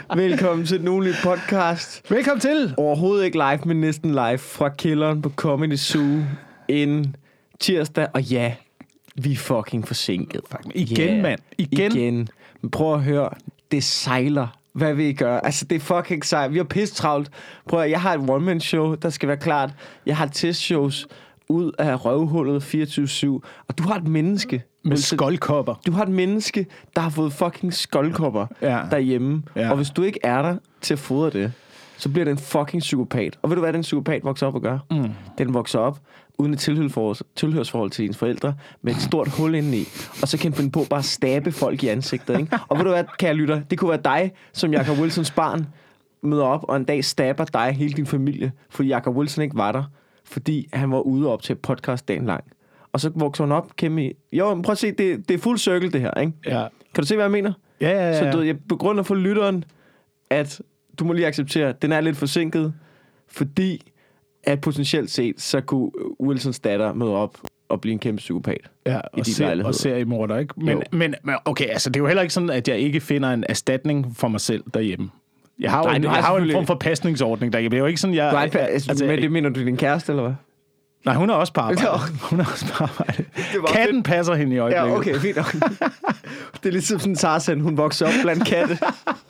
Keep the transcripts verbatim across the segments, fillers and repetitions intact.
Velkommen til den ugenlige podcast. Velkommen til. Overhovedet ikke live, men næsten live fra kælderen på Comedy Zoo en tirsdag. Og ja, vi er fucking forsinket. Igen, yeah. mand. Igen. Igen. Men prøv at høre. Det sejler. Hvad vil I gøre? Altså, det er fucking sejt. Vi har pisse travlt. Prøv at, jeg har et one-man-show, der skal være klart. Jeg har testshows ud af røvhullet fireogtyve syv. Og du har et menneske. Med skoldkopper. Du har et menneske, der har fået fucking skoldkopper ja. derhjemme. Ja. Og hvis du ikke er der til at fodre det, så bliver det en fucking psykopat. Og ved du, hvad den psykopat vokser op og gør? Mm. Den vokser op uden et tilhørsforhold, tilhørsforhold til dine forældre, med et stort hul indeni. Og så kan den finde på bare at stabe folk i ansigtet. Ikke? Og ved du hvad, kære lytter? Det kunne være dig, som Jacob Wilsons barn, møder op og en dag stabber dig hele din familie, fordi Jacob Wilson ikke var der, fordi han var ude op til et podcast dagen lang. Og så vokser hun op, Kemi. Jo, prøv at se, det, det er fuld cirkel, det her, ikke? Ja. Kan du se, hvad jeg mener? Ja, ja, ja. Så du, jeg begrunder for lytteren, at du må lige acceptere, at den er lidt forsinket, fordi at potentielt set, så kunne Wilsons datter møde op og blive en kæmpe psykopat. Ja, og, ser, og ser i morder, ikke? Men, men, men okay, altså det er jo heller ikke sådan, at jeg ikke finder en erstatning for mig selv derhjemme. Jeg har jo, Nej, en, jeg har jo en form for pasningsordning derhjemme. Det er jo ikke sådan, jeg... Nej, altså, men det mener du din kæreste, eller hvad? Nej, hun er også på arbejde. Hun er også på arbejde. Katten fedt. Passer hende i øjeblikket. Ja, okay, fint. Det er ligesom sådan Tarzan, hun vokser op blandt katte.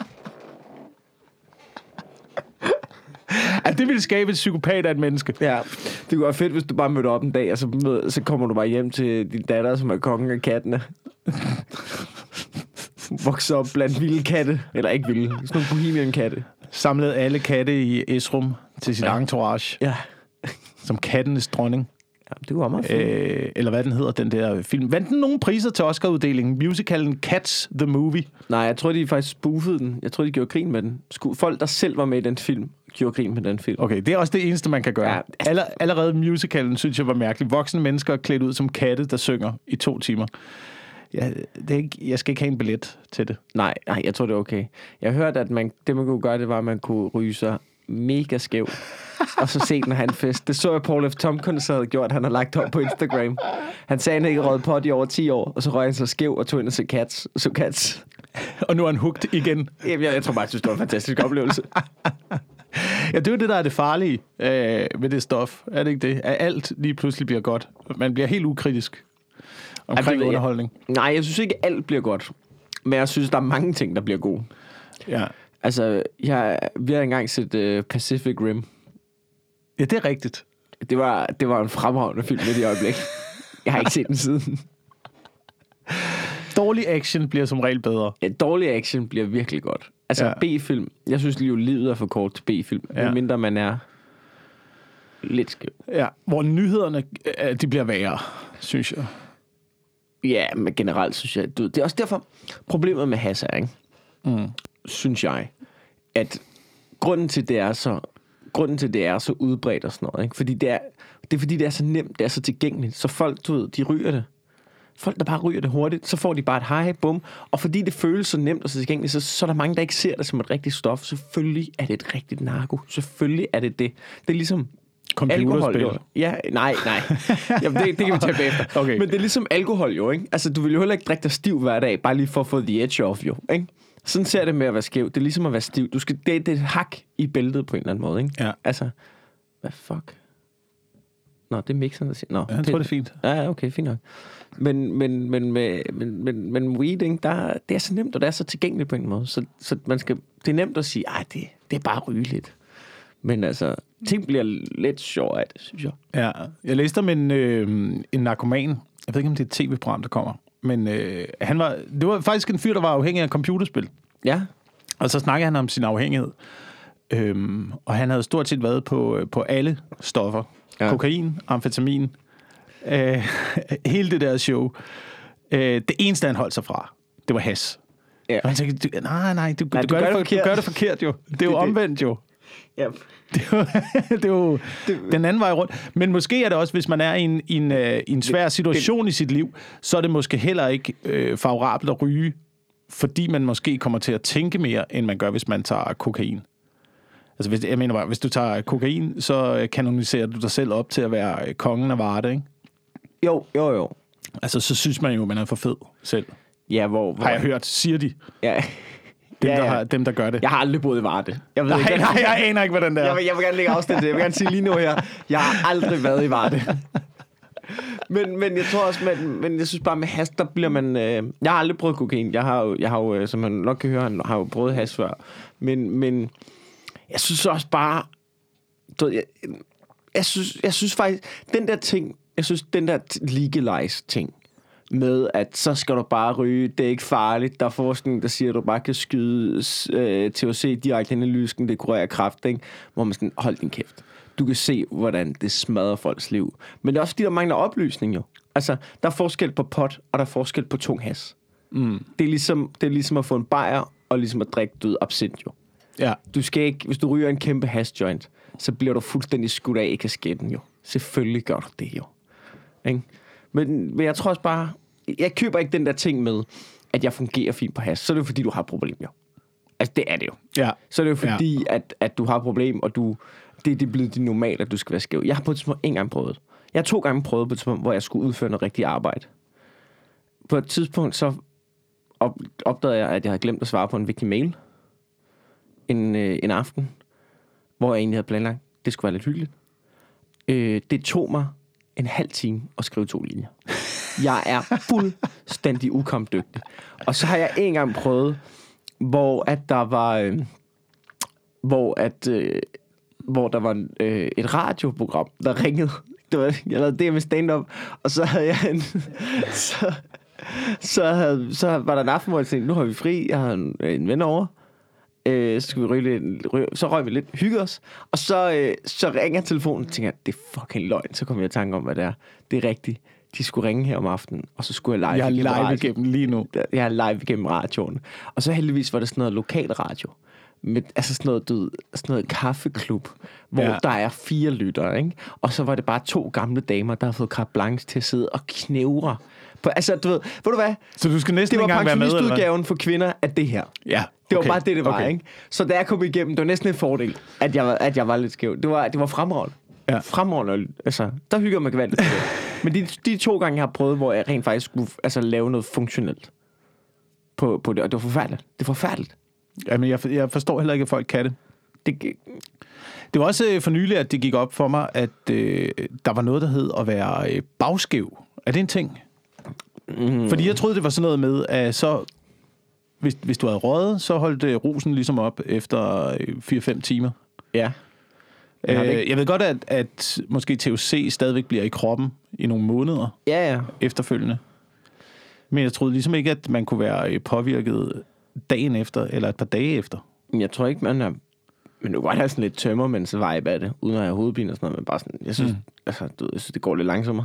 Ja, det ville skabe et psykopat af et menneske. Ja, det kunne være fedt, hvis du bare mødte op en dag, og så, mød, så kommer du bare hjem til din datter, som er kongen af kattene. Vokser op blandt vilde katte. Eller ikke vilde, sådan nogle bohemian-katte. Samlede alle katte i Esrum til sit ja. entourage. Ja. Som kattenes dronning. Ja, det var meget fedt. Øh, eller hvad den hedder, den der film. Vandt den nogle priser til Oscar-uddelingen? Musicalen Cats the Movie? Nej, jeg tror, de faktisk spoofede den. Jeg tror, de gjorde grin med den. Folk, der selv var med i den film, gjorde grin med den film. Okay, det er også det eneste, man kan gøre. Ja. Aller, allerede musicalen synes jeg var mærkelig. Voksne mennesker klædt ud som katte, der synger i to timer. Ja, det er ikke, jeg skal ikke have en billet til det. Nej, nej, jeg tror, det er okay. Jeg har hørt, at man, det, man kunne gøre, det var, at man kunne ryge sig mega skæv. Og så se den have en fest. Det så jeg, Paul F. Tompkins havde gjort. Han har lagt op på Instagram. Han sagde, han ikke røget pot i over ti år. Og så røg han så skæv og tog ind og så Cats. Så Cats. Og nu er han hugt igen. Jamen, jeg, jeg tror bare, jeg synes, det var en fantastisk oplevelse. Ja, det er jo det, der er det farlige øh, ved det stof. Er det ikke det? At alt lige pludselig bliver godt. Man bliver helt ukritisk omkring Ej, underholdning. Jeg, nej, jeg synes ikke, alt bliver godt. Men jeg synes, der er mange ting, der bliver gode. Ja. Altså, jeg, vi har engang set uh, Pacific Rim. Ja, det er rigtigt. Det var, det var en fremragende film i det øjeblik. Jeg har ikke set den siden. Dårlig action bliver som regel bedre. Ja, dårlig action bliver virkelig godt. Altså ja. B-film. Jeg synes lige, livet er for kort til B-film. Ja. Medmindre man er lidt skæv. Ja, hvor nyhederne, de bliver værre, synes jeg. Ja, men generelt synes jeg... Du, det er også derfor, problemet med Hass er, ikke? Mm. Synes jeg, at grunden til, det er så... Grunden til, det er så udbredt og sådan noget, ikke? Fordi det er, det er fordi, det er så nemt, det er så tilgængeligt. Så folk, du ved, de ryger det. Folk, der bare ryger det hurtigt, så får de bare et hej, bum. Og fordi det føles så nemt og så tilgængeligt, så, så er der mange, der ikke ser det som et rigtigt stof. Selvfølgelig er det et rigtigt narko. Selvfølgelig er det det. Det er ligesom alkohol, jo. Ja, nej, nej. Jamen, det, det kan vi tage bagefter. Okay. Men det er ligesom alkohol, jo, ikke? Altså, du vil jo heller ikke drikke dig stiv hver dag, bare lige for at få the edge off, jo, ikke? Sådan ser det med at være skæv. Det er ligesom at være stiv. Du skal, det, det er et hak i bæltet på en eller anden måde, ikke? Ja. Altså, hvad fuck? Nå, det er mixeren, der siger. Nå, ja, jeg tror, det er fint. Ja, okay, fint nok. Men, men, men, men, men, men, men weed, ikke, der, det er så nemt, og det er så tilgængeligt på en måde. Så, så man skal, det er nemt at sige, ej, det, det er bare rygeligt. Men altså, ting bliver lidt sjovere af det, synes jeg. Ja, jeg læste om en, øh, en narkoman. Jeg ved ikke, om det er et tv-program, der kommer. Men øh, han var, det var faktisk en fyr, der var afhængig af computerspil. Ja. Og så snakkede han om sin afhængighed. Øhm, og han havde stort set været på, på alle stoffer. Ja. Kokain, amfetamin, øh, hele det der show. Øh, det eneste, han holdt sig fra, det var hash. Ja. Og han tænkte, nej, nej, du, nej, du, du, gør, gør, det, det du gør det forkert jo. Det er jo det, omvendt jo. Ja. Det er jo, det er jo det, den anden vej rundt. Men måske er det også, hvis man er i en, i en, i en svær situation det, i sit liv, så er det måske heller ikke øh, favorabelt at ryge, fordi man måske kommer til at tænke mere, end man gør, hvis man tager kokain. Altså, hvis, jeg mener bare, hvis du tager kokain, så kanoniserer du dig selv op til at være kongen af Varde, ikke? Jo, jo, jo. Altså, så synes man jo, man er for fed selv. Ja, hvor... hvor har jeg hørt, siger de. Ja, Dem, Ja, der ja. har, dem, der gør det. Jeg har aldrig boet i Varde. Jeg ved Nej, ikke, nej, jeg aner ikke, hvordan det er. Jeg vil, jeg vil gerne lægge afstand til det. Jeg vil gerne sige lige nu her, jeg har aldrig været i Varde. men, men jeg tror også, men, men jeg synes bare med hash, der bliver man... Øh, jeg har aldrig prøvet kokain. Jeg har jo, jeg har jo, som man nok kan høre, har jo prøvet hash før. Men, men jeg synes også bare... Du ved, jeg, jeg, synes, jeg synes faktisk, den der ting, jeg synes, den der legalize ting, med at så skal du bare ryge, det er ikke farligt. Der er forskning, der siger, at du bare kan skyde øh, T H C direkte ind i lysken, det kurerer kræft, ikke? Hvor man sådan, hold din kæft. Du kan se, hvordan det smadrer folks liv. Men det er også fordi, der mangler oplysning jo. Altså, der er forskel på pot, og der er forskel på tung has. Mm. Det, er ligesom, det er ligesom at få en bajer, og ligesom at drikke død absint jo. Ja. Du skal ikke, hvis du ryger en kæmpe hash joint, så bliver du fuldstændig skudt af i kasketten jo. Selvfølgelig gør du det jo. Ikke? Men, men jeg tror også bare, jeg køber ikke den der ting med, at jeg fungerer fint på hash. Så er det jo fordi, du har et problem jo. Altså, det er det jo. Ja. Så er det jo fordi, ja. at, at du har et problem, og du, det, det er blevet det normalt, at du skal være skæv. Jeg har på et tidspunkt en gang prøvet. Jeg har to gange prøvet på et tidspunkt, hvor jeg skulle udføre noget rigtigt arbejde. På et tidspunkt, så op, opdagede jeg, at jeg havde glemt at svare på en vigtig mail. En, øh, en aften, hvor jeg egentlig havde planlagt, det skulle være lidt hyggeligt. Øh, det tog mig en halv time at skrive to linjer. Jeg er fuldstændig ukampdygtig. Og så har jeg en gang prøvet, hvor at der var, øh, hvor at, øh, hvor der var øh, et radioprogram, der ringede. Det var, jeg lavede det med stand-up, og så havde jeg en, så, så, havde, så var der en aften, hvor jeg tænkte, nu har vi fri, jeg har en, en ven over. Øh, så skal vi ryge lidt, ryge, så røg vi lidt, hygge os. Og så, øh, så ringer telefonen, og tænker, det er fucking løgn. Så kommer jeg i tanke om, hvad det er. Det er rigtigt. De skulle ringe her om aftenen, og så skulle jeg live. Jeg er live radio. Igennem lige nu. Jeg er live igennem radioen. Og så heldigvis var det sådan noget lokal radio. Med, altså sådan noget, du, sådan noget kaffeklub, hvor ja. Der er fire lyttere, ikke? Og så var det bare to gamle damer, der havde fået carte blanche til at sidde og knævre. På, altså, du ved, ved du hvad? Så du skal næsten ikke engang være med, eller? Det var pensionistudgaven for kvinder af det her. Ja. Det var okay. bare det, det var, okay. ikke? Så da jeg kom igennem, det var næsten en fordel, at jeg var, at jeg var lidt skæv. Det var, det var fremragende. Ja. Fremragende. Altså, der hygger man gevaldigt. Men de, de to gange, jeg har prøvet, hvor jeg rent faktisk skulle altså, lave noget funktionelt på, på det, og det var forfærdeligt. Det er forfærdeligt. Jamen, jeg, jeg forstår heller ikke, at folk kan det. Det, det var også for nylig, at det gik op for mig, at øh, der var noget, der hed at være øh, bagskæv. Er det en ting? Mm. Fordi jeg troede, det var sådan noget med, at så, hvis, hvis du havde røget, så holdt øh, rosen ligesom op efter øh, fire fem timer. Ja. Øh, jeg ved godt, at, at måske T H C stadigvæk bliver i kroppen i nogle måneder ja, ja. efterfølgende. Men jeg troede ligesom ikke, at man kunne være påvirket dagen efter, eller et par dage efter. Jeg tror ikke, man er... Men du kan godt have sådan lidt tømmermænds vibe af det, uden at have hovedpine og sådan noget, men bare sådan... Jeg synes, mm. altså, du, jeg synes det går lidt langsommere.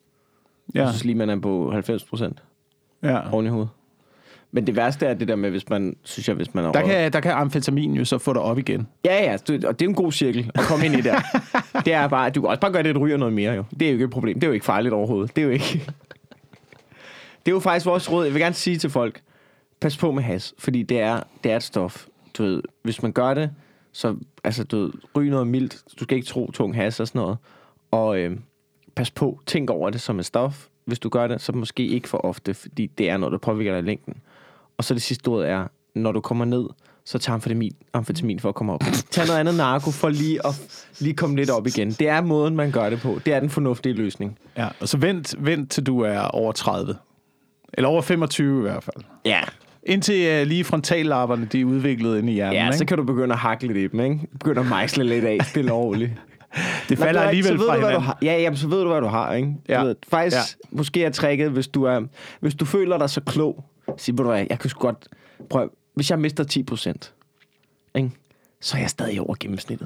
Ja. Jeg synes lige, man er på halvfems procent ja. oven i hovedet. Men det værste er det der med, hvis man... Synes jeg, hvis man er der kan, der kan amfetamin jo så få dig op igen. Ja, ja, og det er en god cirkel at komme ind i der. Det er bare... Du kan også bare gøre det, at du ryger noget mere, jo. Det er jo ikke et problem. Det er jo ikke farligt overhovedet. Det er jo ikke... Det er jo faktisk vores råd. Jeg vil gerne sige til folk, pas på med hash, fordi det er, det er et stof. Du ved, hvis man gør det, så altså, du ved, ryg noget mildt. Du skal ikke tro tung hash og sådan noget. Og øh, pas på, tænk over det som et stof. Hvis du gør det, så måske ikke for ofte, fordi det er noget, der påvirker dig i længden. Og så det sidste ord er, når du kommer ned, så tag amfetamin, amfetamin for at komme op. Tag noget andet narko for lige at lige komme lidt op igen. Det er måden, man gør det på. Det er den fornuftige løsning. Ja, og så vent, vent til du er over tredive. Eller over femogtyve i hvert fald. Ja. Indtil uh, lige frontallapperne, de er udviklet ind i hjernen. Ja, ikke? så kan du begynde at hakle lidt i dem, ikke? Begynde at mejsle lidt af, spille ordentligt. Det falder Nå, alligevel så fra du, hinanden. du har. Ja, jamen, så ved du, hvad du har, ikke? Ja. Du ved, faktisk, ja. måske er tricket, hvis du, er, hvis du føler dig så klog, sig, ved du hvad, jeg kan sgu godt prøve, hvis jeg mister ti procent, ikke? Så er jeg stadig over gennemsnittet.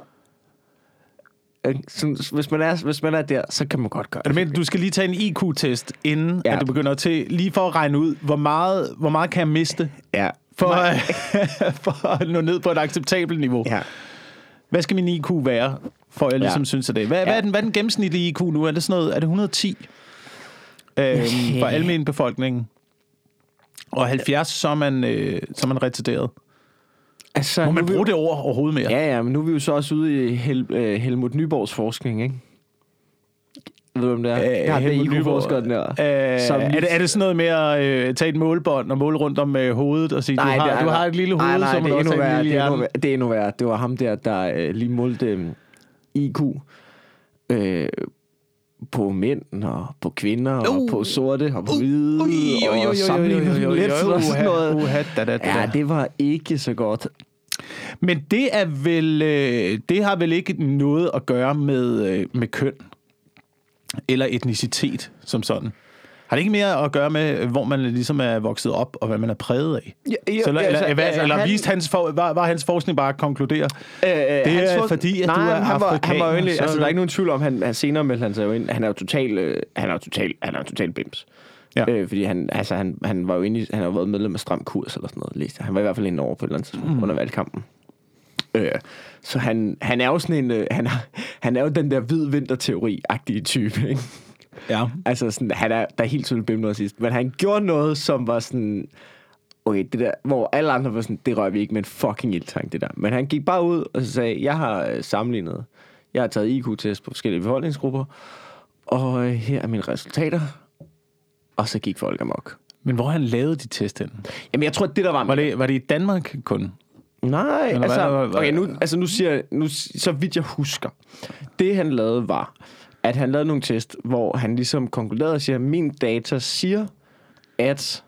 Så, hvis, man er, hvis man er der, så kan man godt gøre det. Men du skal lige tage en I Q-test, inden ja. at du begynder til, lige for at regne ud, hvor meget, hvor meget kan jeg miste, ja. for, for at nå ned på et acceptabelt niveau. Ja. Hvad skal min I Q være, for jeg ligesom ja. synes af det? Hvad, ja. hvad, er den, hvad er den gennemsnitlige I Q nu? Er det sådan noget, er det et hundrede og ti øhm, for almen befolkningen? Og halvfjerds, så er man, øh, så er man retarderet. Altså, må man bruge jo... det ord overhovedet mere? Ja, ja, men nu er vi jo så også ude i Hel- uh, Helmut Nyborgs forskning, ikke? Ved du, om det er? Øh, Jeg har Helmut I Q-forskeren der. Øh, som er, det, er det sådan noget med at øh, tage et målbånd og måle rundt om øh, hovedet og sige, nej, du, har, det, du har et lille hoved, nej, nej, så må du også have en lille hjerne? Det, det er endnu værre. Det var ham der, der øh, lige målte øh, I Q øh, på mænd og på kvinder uh, og på sorte og på hvide uh, uh, uh, og sammenlignet dem lidt og sådan noget. Ja, det var ikke så godt. Men det er vel, øh, det har vel ikke noget at gøre med, øh, med køn eller etnicitet som sådan. Har det ikke mere at gøre med, hvor man ligesom er vokset op, og hvad man er præget af? Ja, jo, så, eller altså, eller, altså, eller han, viste hans for, var, var hans forskning bare at konkludere? Øh, det er for, fordi, at nej, du er han var, afrikaner. Han var egentlig, altså, der er ikke nogen tvivl om, han, han senere meldte han sig jo ind. Han er jo total, øh, han er jo total, han er jo total bims. Ja. Øh, fordi han, altså, han, han var jo inde i, han har jo været medlem af Stram Kurs eller sådan noget. Læste. Han var i hvert fald inde over på et eller andet tidspunkt mm. under valgkampen. Øh, så han, han er jo sådan en, øh, han, er, han er jo den der hvid vinterteori-agtige type, ikke? Ja. Altså sådan, han er, der er helt tydeligt bim noget sidst. Men han gjorde noget, som var sådan, okay, det der, hvor alle andre var sådan, det rører vi ikke med en fucking ildtang, det der. Men han gik bare ud og så sagde, jeg har øh, sammenlignet, jeg har taget I Q-test på forskellige befolkningsgrupper, og øh, her er mine resultater. Og så gik folk amok. Men hvor han lavede de test hen? Jamen, jeg tror, at det der var... Var det, var det i Danmark kun? Nej, eller altså, hvad, hvad, okay, nu, altså nu siger jeg, nu, så vidt jeg husker, det han lavede var, at han lavede nogle test, hvor han ligesom konkluderede og siger, min data siger, at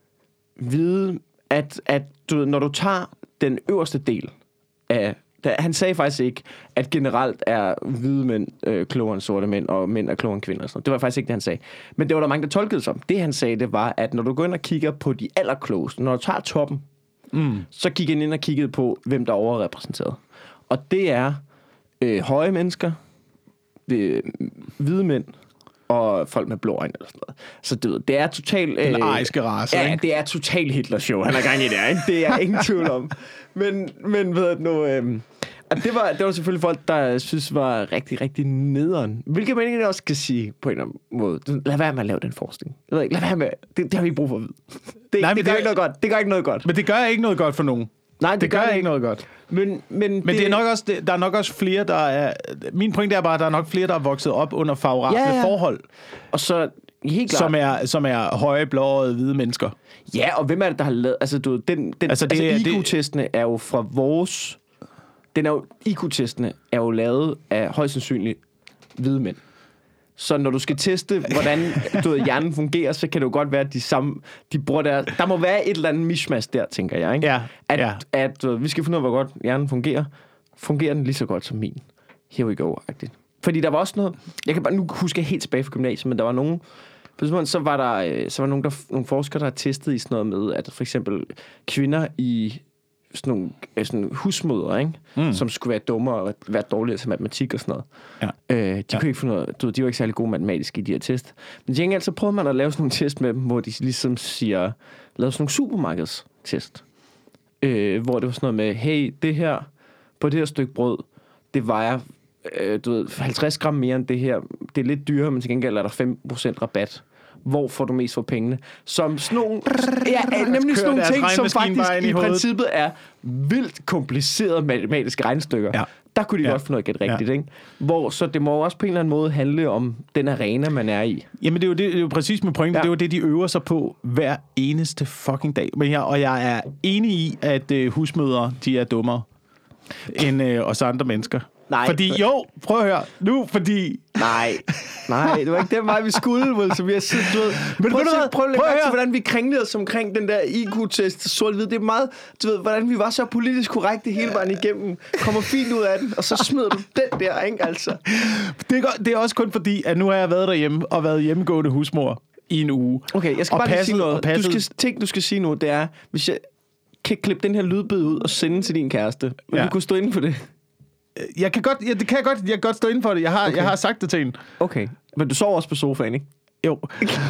vide, at, at du ved, når du tager den øverste del af... Der, han sagde faktisk ikke, at generelt er hvide mænd øh, klogere end sorte mænd, og mænd er klogere end kvinder. Og sådan. Det var faktisk ikke det, han sagde. Men det var der mange, der tolkede som. Det, han sagde, det var, at når du går ind og kigger på de allerklogeste, når du tager toppen, mm. så gik han ind og kiggede på, hvem der er overrepræsenteret. Og det er øh, høje mennesker, øh, hvide mænd, og folk med blå øjne eller sådan noget. Så det, det er totalt... Øh, Den ariske race, ja, ikke? det er totalt Hitler-show, han er gang i det, ikke? Det er ingen tvivl om. Men, men ved du nu... Øh, det var, det var selvfølgelig folk, der synes var rigtig, rigtig nederen. Hvilket man egentlig også kan sige på en eller anden måde. Lad være med at lave den forskning. Jeg ved ikke, lad være med. Det, det har vi ikke brug for at vide. Det, Nej, det, det gør det, ikke noget godt. Det gør ikke noget godt. Men det gør ikke noget godt for nogen. Nej, det, det gør ikke ikke noget godt. Men, men, men det, det er nok også, det, der er nok også flere, der er... Min pointe er bare, at der er nok flere, der er vokset op under favorable ja, ja. forhold. Og så... Helt klart. Som er, som er høje, blåede, hvide mennesker. Ja, og hvem er det, der har lavet... Altså, du, den, den, altså, det, altså I Q-testene er jo fra vores... Den er jo, I Q-testene er jo lavet af højst sandsynligt hvide mænd. Så når du skal teste, hvordan du ved, hjernen fungerer, så kan det jo godt være, at de samme... De bruger der, der må være et eller andet mishmash der, tænker jeg, ikke? Ja, at, ja. At, at vi skal finde ud af, hvor godt hjernen fungerer. Fungerer den lige så godt som min? Here we go-agtigt. Fordi der var også noget... Jeg kan bare nu huske helt tilbage fra gymnasiet, men der var nogen... På sådan, så var der så var nogen, der, nogle forskere, der har testet i sådan noget med, at for eksempel kvinder i sådan nogle sådan husmødre, ikke? Mm. Som skulle være dummere og være dårligere til matematik og sådan noget. Ja. Øh, de ja. kunne ikke finde noget, du, de var ikke særlig gode matematisk i de her test. Men til gengæld så prøvede man at lave sådan nogle test med dem, hvor de ligesom siger, lavede sådan nogle supermarkedstest. Øh, hvor det var sådan noget med, hey, det her, på det her stykke brød, det vejer øh, du ved, halvtreds gram mere end det her. Det er lidt dyrere, men til gengæld er der fem procent rabat. Hvor får du mest for pengene? Som sådan nogle, ja, nemlig sådan nogle ting, som faktisk i, i princippet er vildt komplicerede matematiske regnestykker. Ja. Der kunne de ja. godt få noget gæt rigtigt, ja. Ikke? Hvor, så det må også på en eller anden måde handle om den arena, man er i. Jamen, det er jo, det, det er jo præcis med pointen. Ja. Det er jo det, de øver sig på hver eneste fucking dag. Men jeg, og jeg er enig i, at uh, husmødre, de er dummere end uh, os andre mennesker. Nej. Fordi, jo, prøv at høre, nu, fordi... Nej, nej, det var ikke den vej, vi skulle, vel, så vi har siddet, du ved... Men prøv, prøv, prøv at lægge mærke til, hvordan vi kringlede os omkring den der I Q-test, sort-hvid. Det er meget, du ved, hvordan vi var så politisk korrekte hele vejen igennem. Kommer fint ud af den, og så smider du den der, ikke, altså. Det er, det er også kun fordi, at nu har jeg været derhjemme og været hjemmegående husmor i en uge. Okay, jeg skal bare lige sige noget. Du skal, ting, du skal sige nu, det er, hvis jeg kan klippe den her lydbid ud og sende til din kæreste, vil ja. du kunne stå inden for det? Jeg kan godt, ja, det kan jeg godt, jeg kan godt stå inden for det. Jeg har, okay. jeg har sagt det til hende. Okay, men du sover også på sofaen, ikke? Jo.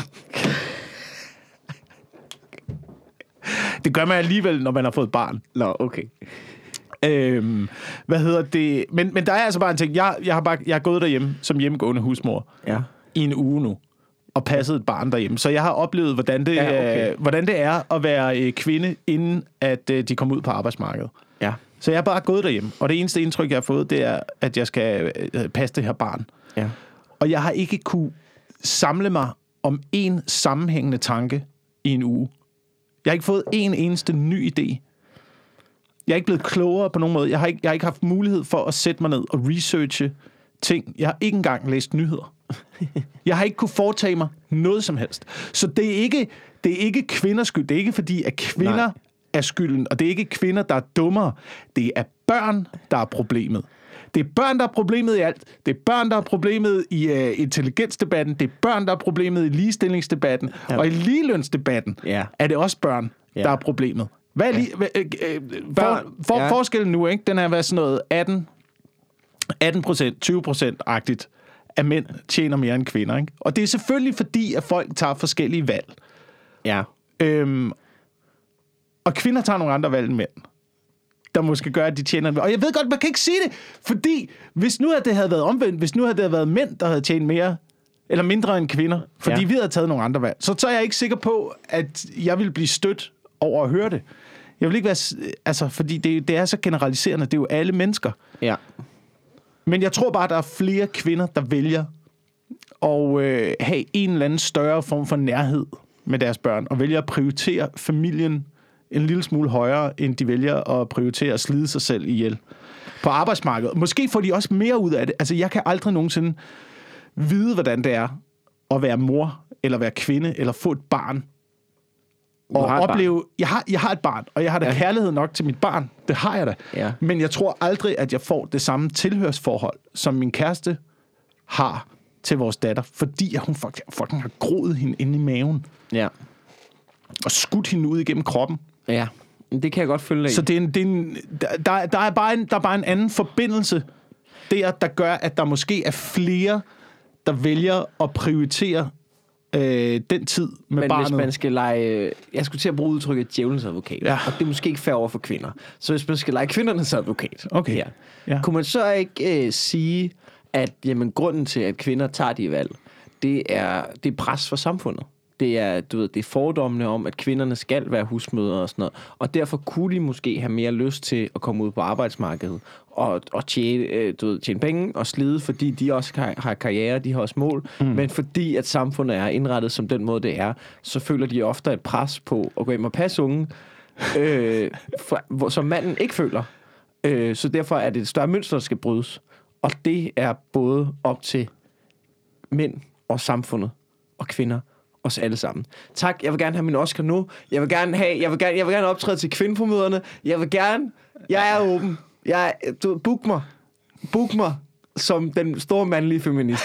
Det gør man alligevel, når man har fået barn. Nå, okay. Øhm, hvad hedder det? Men, men der er altså bare en ting. Jeg, jeg, har bare, jeg har gået derhjemme som hjemmegående husmor ja. i en uge nu. Og passet et barn derhjemme. Så jeg har oplevet, hvordan det, ja, okay. øh, hvordan det er at være øh, kvinde, inden at øh, de kommer ud på arbejdsmarkedet. Ja. Så jeg er bare gået derhjemme, og det eneste indtryk, jeg har fået, det er, at jeg skal øh, passe det her barn. Ja. Og jeg har ikke kunne samle mig om en sammenhængende tanke i en uge. Jeg har ikke fået en eneste ny idé. Jeg er ikke blevet klogere på nogen måde. Jeg har ikke, jeg har ikke haft mulighed for at sætte mig ned og researche ting. Jeg har ikke engang læst nyheder. Jeg har ikke kunne foretage mig noget som helst. Så det er ikke, det er ikke kvinders skyld. Det er ikke fordi, at kvinder Nej. er skylden. Og det er ikke kvinder, der er dummere. Det er børn, der er problemet. Det er børn, der er problemet i alt. Det er børn, der er problemet i uh, intelligensdebatten. Det er børn, der er problemet i ligestillingsdebatten. Ja. Og i ligelønsdebatten ja. er det også børn, ja. der er problemet. Hvad er lige, ja. øh, øh, for, for, ja. Forskellen nu, ikke? Den er været sådan noget atten procent, tyve procent-agtigt, at mænd tjener mere end kvinder. Ikke? Og det er selvfølgelig fordi, at folk tager forskellige valg. Ja. Øhm, og kvinder tager nogle andre valg end mænd, der måske gør, at de tjener. Og jeg ved godt, man kan ikke sige det, fordi hvis nu at det havde været omvendt, hvis nu at det havde været mænd, der havde tjent mere eller mindre end kvinder, fordi ja. vi havde taget nogle andre valg, så, så er jeg ikke sikker på, at jeg ville blive stødt over at høre det. Jeg vil ikke være... Altså, fordi det, det er så generaliserende. Det er jo alle mennesker. Ja. Men jeg tror bare, der er flere kvinder, der vælger at øh, have en eller anden større form for nærhed med deres børn, og vælger at prioritere familien en lille smule højere, end de vælger at prioritere at slide sig selv ihjel på arbejdsmarkedet. Måske får de også mere ud af det. Altså, jeg kan aldrig nogensinde vide, hvordan det er at være mor, eller være kvinde, eller få et barn. Og opleve, jeg har, jeg har et barn, og jeg har da ja. kærlighed nok til mit barn. Det har jeg da. Ja. Men jeg tror aldrig, at jeg får det samme tilhørsforhold, som min kæreste har til vores datter, fordi hun fucking, fucking har groet hende inde i maven. Ja. Og skudt hende ud igennem kroppen. Ja, det kan jeg godt følge af. Så det er en, det er en, der, der, er bare en, der er bare en anden forbindelse der, der gør, at der måske er flere, der vælger at prioritere Øh, den tid med Men barnet. hvis man skal lege... Jeg skulle til at bruge udtrykket djævelens advokat. Ja. Og det er måske ikke fair over for kvinder. Så hvis man skal lege kvindernes advokat... Okay. Ja, ja. kunne man så ikke øh, sige, at jamen, grunden til, at kvinder tager de valg, det er, det er pres for samfundet. Det er, du ved, det er fordommene om, at kvinderne skal være husmødre og sådan noget. Og derfor kunne de måske have mere lyst til at komme ud på arbejdsmarkedet og, og tjene, du ved, tjene penge og slide, fordi de også har, har karriere, de har også mål. Mm. Men fordi at samfundet er indrettet som den måde, det er, så føler de ofte et pres på at gå hjem og passe unge, øh, for, som manden ikke føler. Øh, så derfor er det et større mønster, der skal brydes. Og det er både op til mænd og samfundet og kvinder. Os alle sammen. Tak, jeg vil gerne have min Oscar nu. Jeg vil gerne have, jeg vil gerne, jeg vil gerne optræde til kvindeformøderne. Jeg vil gerne, jeg er åben. Jeg, du, book mig. Book mig som den store mandlige feminist.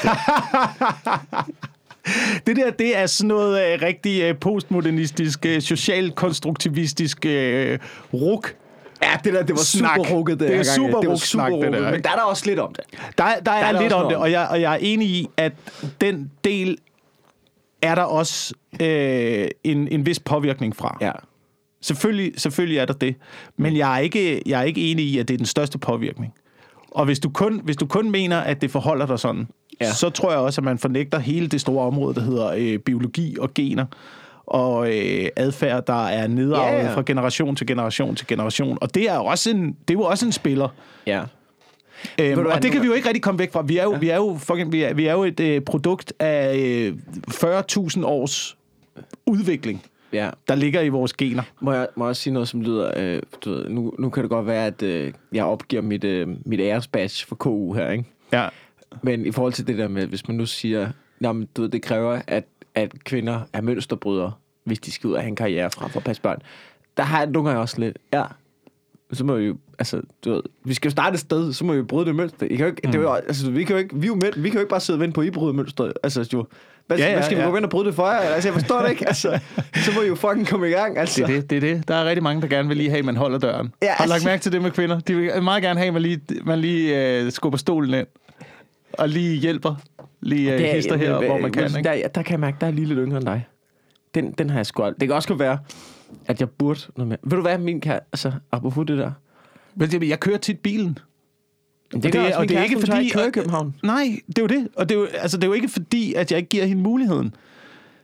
Det der, det er sådan noget uh, rigtig uh, postmodernistisk, uh, socialkonstruktivistisk uh, ruk. Ja, det der, det var snak. super rukket det. Det er gang. super det var ruk super snak, rukket, det der. Men der er der også lidt om det. Der, der, der er, er lidt om det, om. Og, jeg, og jeg er enig i, at den del er der også øh, en, en vis påvirkning fra. Ja. Selvfølgelig, selvfølgelig er der det. Men jeg er, ikke, jeg er ikke enig i, at det er den største påvirkning. Og hvis du kun, hvis du kun mener, at det forholder dig sådan, ja. så tror jeg også, at man fornægter hele det store område, der hedder øh, biologi og gener, og øh, adfærd, der er nedarvet ja, ja. fra generation til generation til generation. Og det er jo også en, det er jo også en spiller. Ja. Øhm, og det kan vi jo ikke rigtig komme væk fra. Vi er jo, ja. vi er jo, fucking, vi er, vi er jo et øh, produkt af øh, fyrre tusind års udvikling, ja. der ligger i vores gener. Må jeg, må jeg også sige noget, som lyder... Øh, du ved, nu, nu kan det godt være, at øh, jeg opgiver mit, øh, mit æresbadge for K U her, ikke? Ja. Men i forhold til det der med, hvis man nu siger... Jamen, du ved, det kræver, at, at kvinder er mønsterbrydere, hvis de skal ud og have en karriere frem for at passe børn. Der har jeg nogle gange også lidt... Ja, så må vi jo, altså, du ved, vi skal jo starte et sted, så må vi jo bryde det mønster. I kan jo ikke, mm. det er jo, altså, vi kan jo ikke, vi, jo mænd, vi kan jo ikke bare sidde og vente på, I bryder mønster. Altså, jo, hvad, ja, ja, hvad skal ja. vi gå ind og bryde det for jer? Altså, jeg forstår det ikke. Altså, så må I jo fucking komme i gang. Altså. Det er det, det er det. Der er rigtig mange, der gerne vil lige have, at man holder døren. Ja, altså. Har lagt mærke til det med kvinder? De vil meget gerne have, at man lige, man lige uh, skubber stolen ind, og lige hjælper, lige uh, er, hister her, øh, hvor man kan. Der, der kan jeg mærke, der er lige lidt yngre end dig. Den, den har jeg sgu aldrig. Det kan også godt være, at jeg burde noget mere. Ved du hvad, min kære, altså, apropos det der, men jeg kører tit bilen. Det, det, det, og det er ikke fordi... Kører i København. Nej, det er jo det. Og det er jo, altså, det er jo ikke fordi, at jeg ikke giver hende muligheden.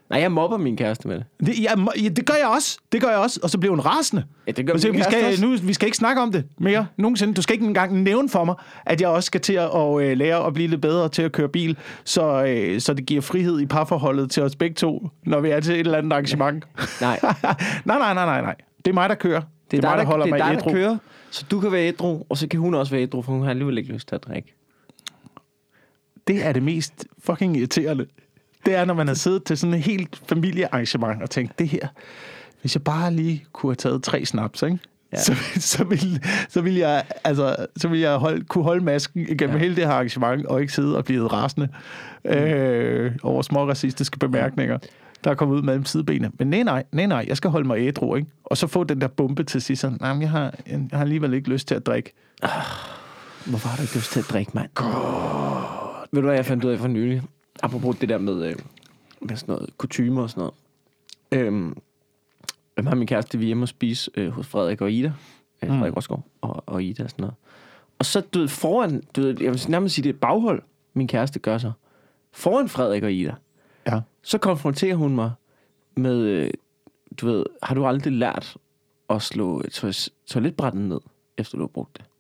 Nej, jeg mobber min kæreste med det. Det, ja, ja, det gør jeg også. Det gør jeg også. Og så bliver hun rasende. Ja, det gør så, min vi, kæreste skal, nu, vi skal ikke snakke om det mere nogensinde. Du skal ikke engang nævne for mig, at jeg også skal til at og, øh, lære at blive lidt bedre til at køre bil, så, øh, så det giver frihed i parforholdet til os begge to, når vi er til et eller andet arrangement. Nej. nej, nej, nej, nej, nej. Det er mig, der kører. Det er, det er mig, der, der holder det er mig dig, ædru. Der kører, så du kan være ædru, og så kan hun også være ædru, for hun har alligevel ikke lyst til at drikke. Det er det mest fucking irriterende. Det er, når man har siddet til sådan et helt familiearrangement og tænkt, det her, hvis jeg bare lige kunne have taget tre snaps, ikke? Ja. Så, så, ville, så ville jeg, altså, så ville jeg holde, kunne holde masken igennem ja. hele det her arrangement, og ikke sidde og blive rasende mm. øh, over små racistiske bemærkninger, der er kommet ud mellem sidebenene. Men nej, nej, nej, nej, jeg skal holde mig ædru, ikke? Og så få den der bombe til sidst, sådan, nej, men jeg har, jeg har alligevel ikke lyst til at drikke. Ah, hvorfor har du ikke lyst til at drikke, mand? God. Ved du hvad, jeg fandt ud af for nylig? Apropos det der med, øh, med sådan noget kutymer og sådan noget. Øhm, jeg har min kæreste, vi er hjemme og spise øh, hos Frederik og Ida. Øh, Frederik mm. Rosgaard og, og Ida og sådan noget. Og så, du ved, foran, du ved, jeg vil nærmest sige, det er et baghold, min kæreste gør sig. Foran Frederik og Ida. Ja. Så konfronterer hun mig med, øh, du ved, har du aldrig lært at slå to- toiletbrætten ned, efter du har brugt det?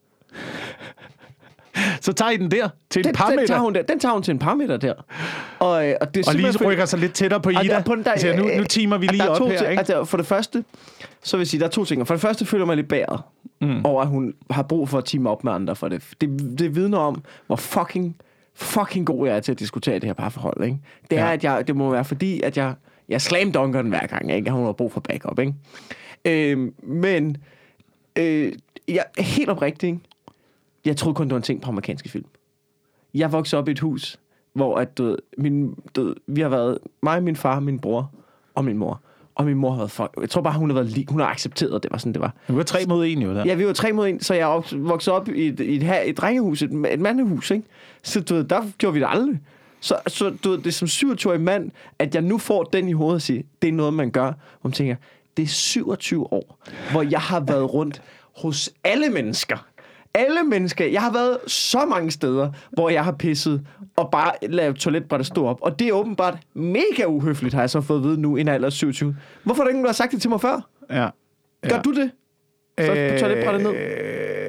Så tager I den der til den, en par den meter. Tager hun der. Den tager hun til en par meter der. Og, og, det og lige så rykker sig lidt tættere på Ida. På den, der, så nu, nu timer vi lige op her. Ting, ikke? altså, for det første, så vil jeg sige, der er to ting. For det første føler jeg mig lidt bæret mm. over, at hun har brug for at time op med andre for det. Det, det vidner om, hvor fucking, fucking god jeg er til at diskutere det her parforhold. Ikke? Det er, ja. at jeg, det må være fordi, at jeg, jeg slamdunker den hver gang, ikke? At hun har brug for backup. Ikke? Øh, men øh, jeg er helt oprigtig, ikke? Jeg troede kun, det var en ting på amerikanske film. Jeg voksede op i et hus, hvor at, du ved, min, du ved, vi har været, mig, min far, min bror og min mor. Og min mor har været fuck. Jeg tror bare, hun har været lig. Hun har accepteret, at det var sådan, det var. Vi var tre mod en, jo der. Ja, vi var tre mod en, så jeg voksede op i et, i et, et, et drengehus, et, et mandehus, ikke? Så du ved, der gjorde vi det aldrig. Så, så du ved, det er som syvogtyve-årig mand, at jeg nu får den i hovedet og siger, det er noget, man gør. Og man tænker, det er syvogtyve år, hvor jeg har været rundt hos alle mennesker. Alle mennesker. Jeg har været så mange steder, hvor jeg har pisset og bare lavet toiletbrættet stå op. Og det er åbenbart mega uhøfligt, har jeg så fået at vide nu, i en alder af syvogtyve. Hvorfor er der ingen, der har sagt det til mig før? Ja. ja. Gør du det? Så øh, på toiletbrættet ned? Øh,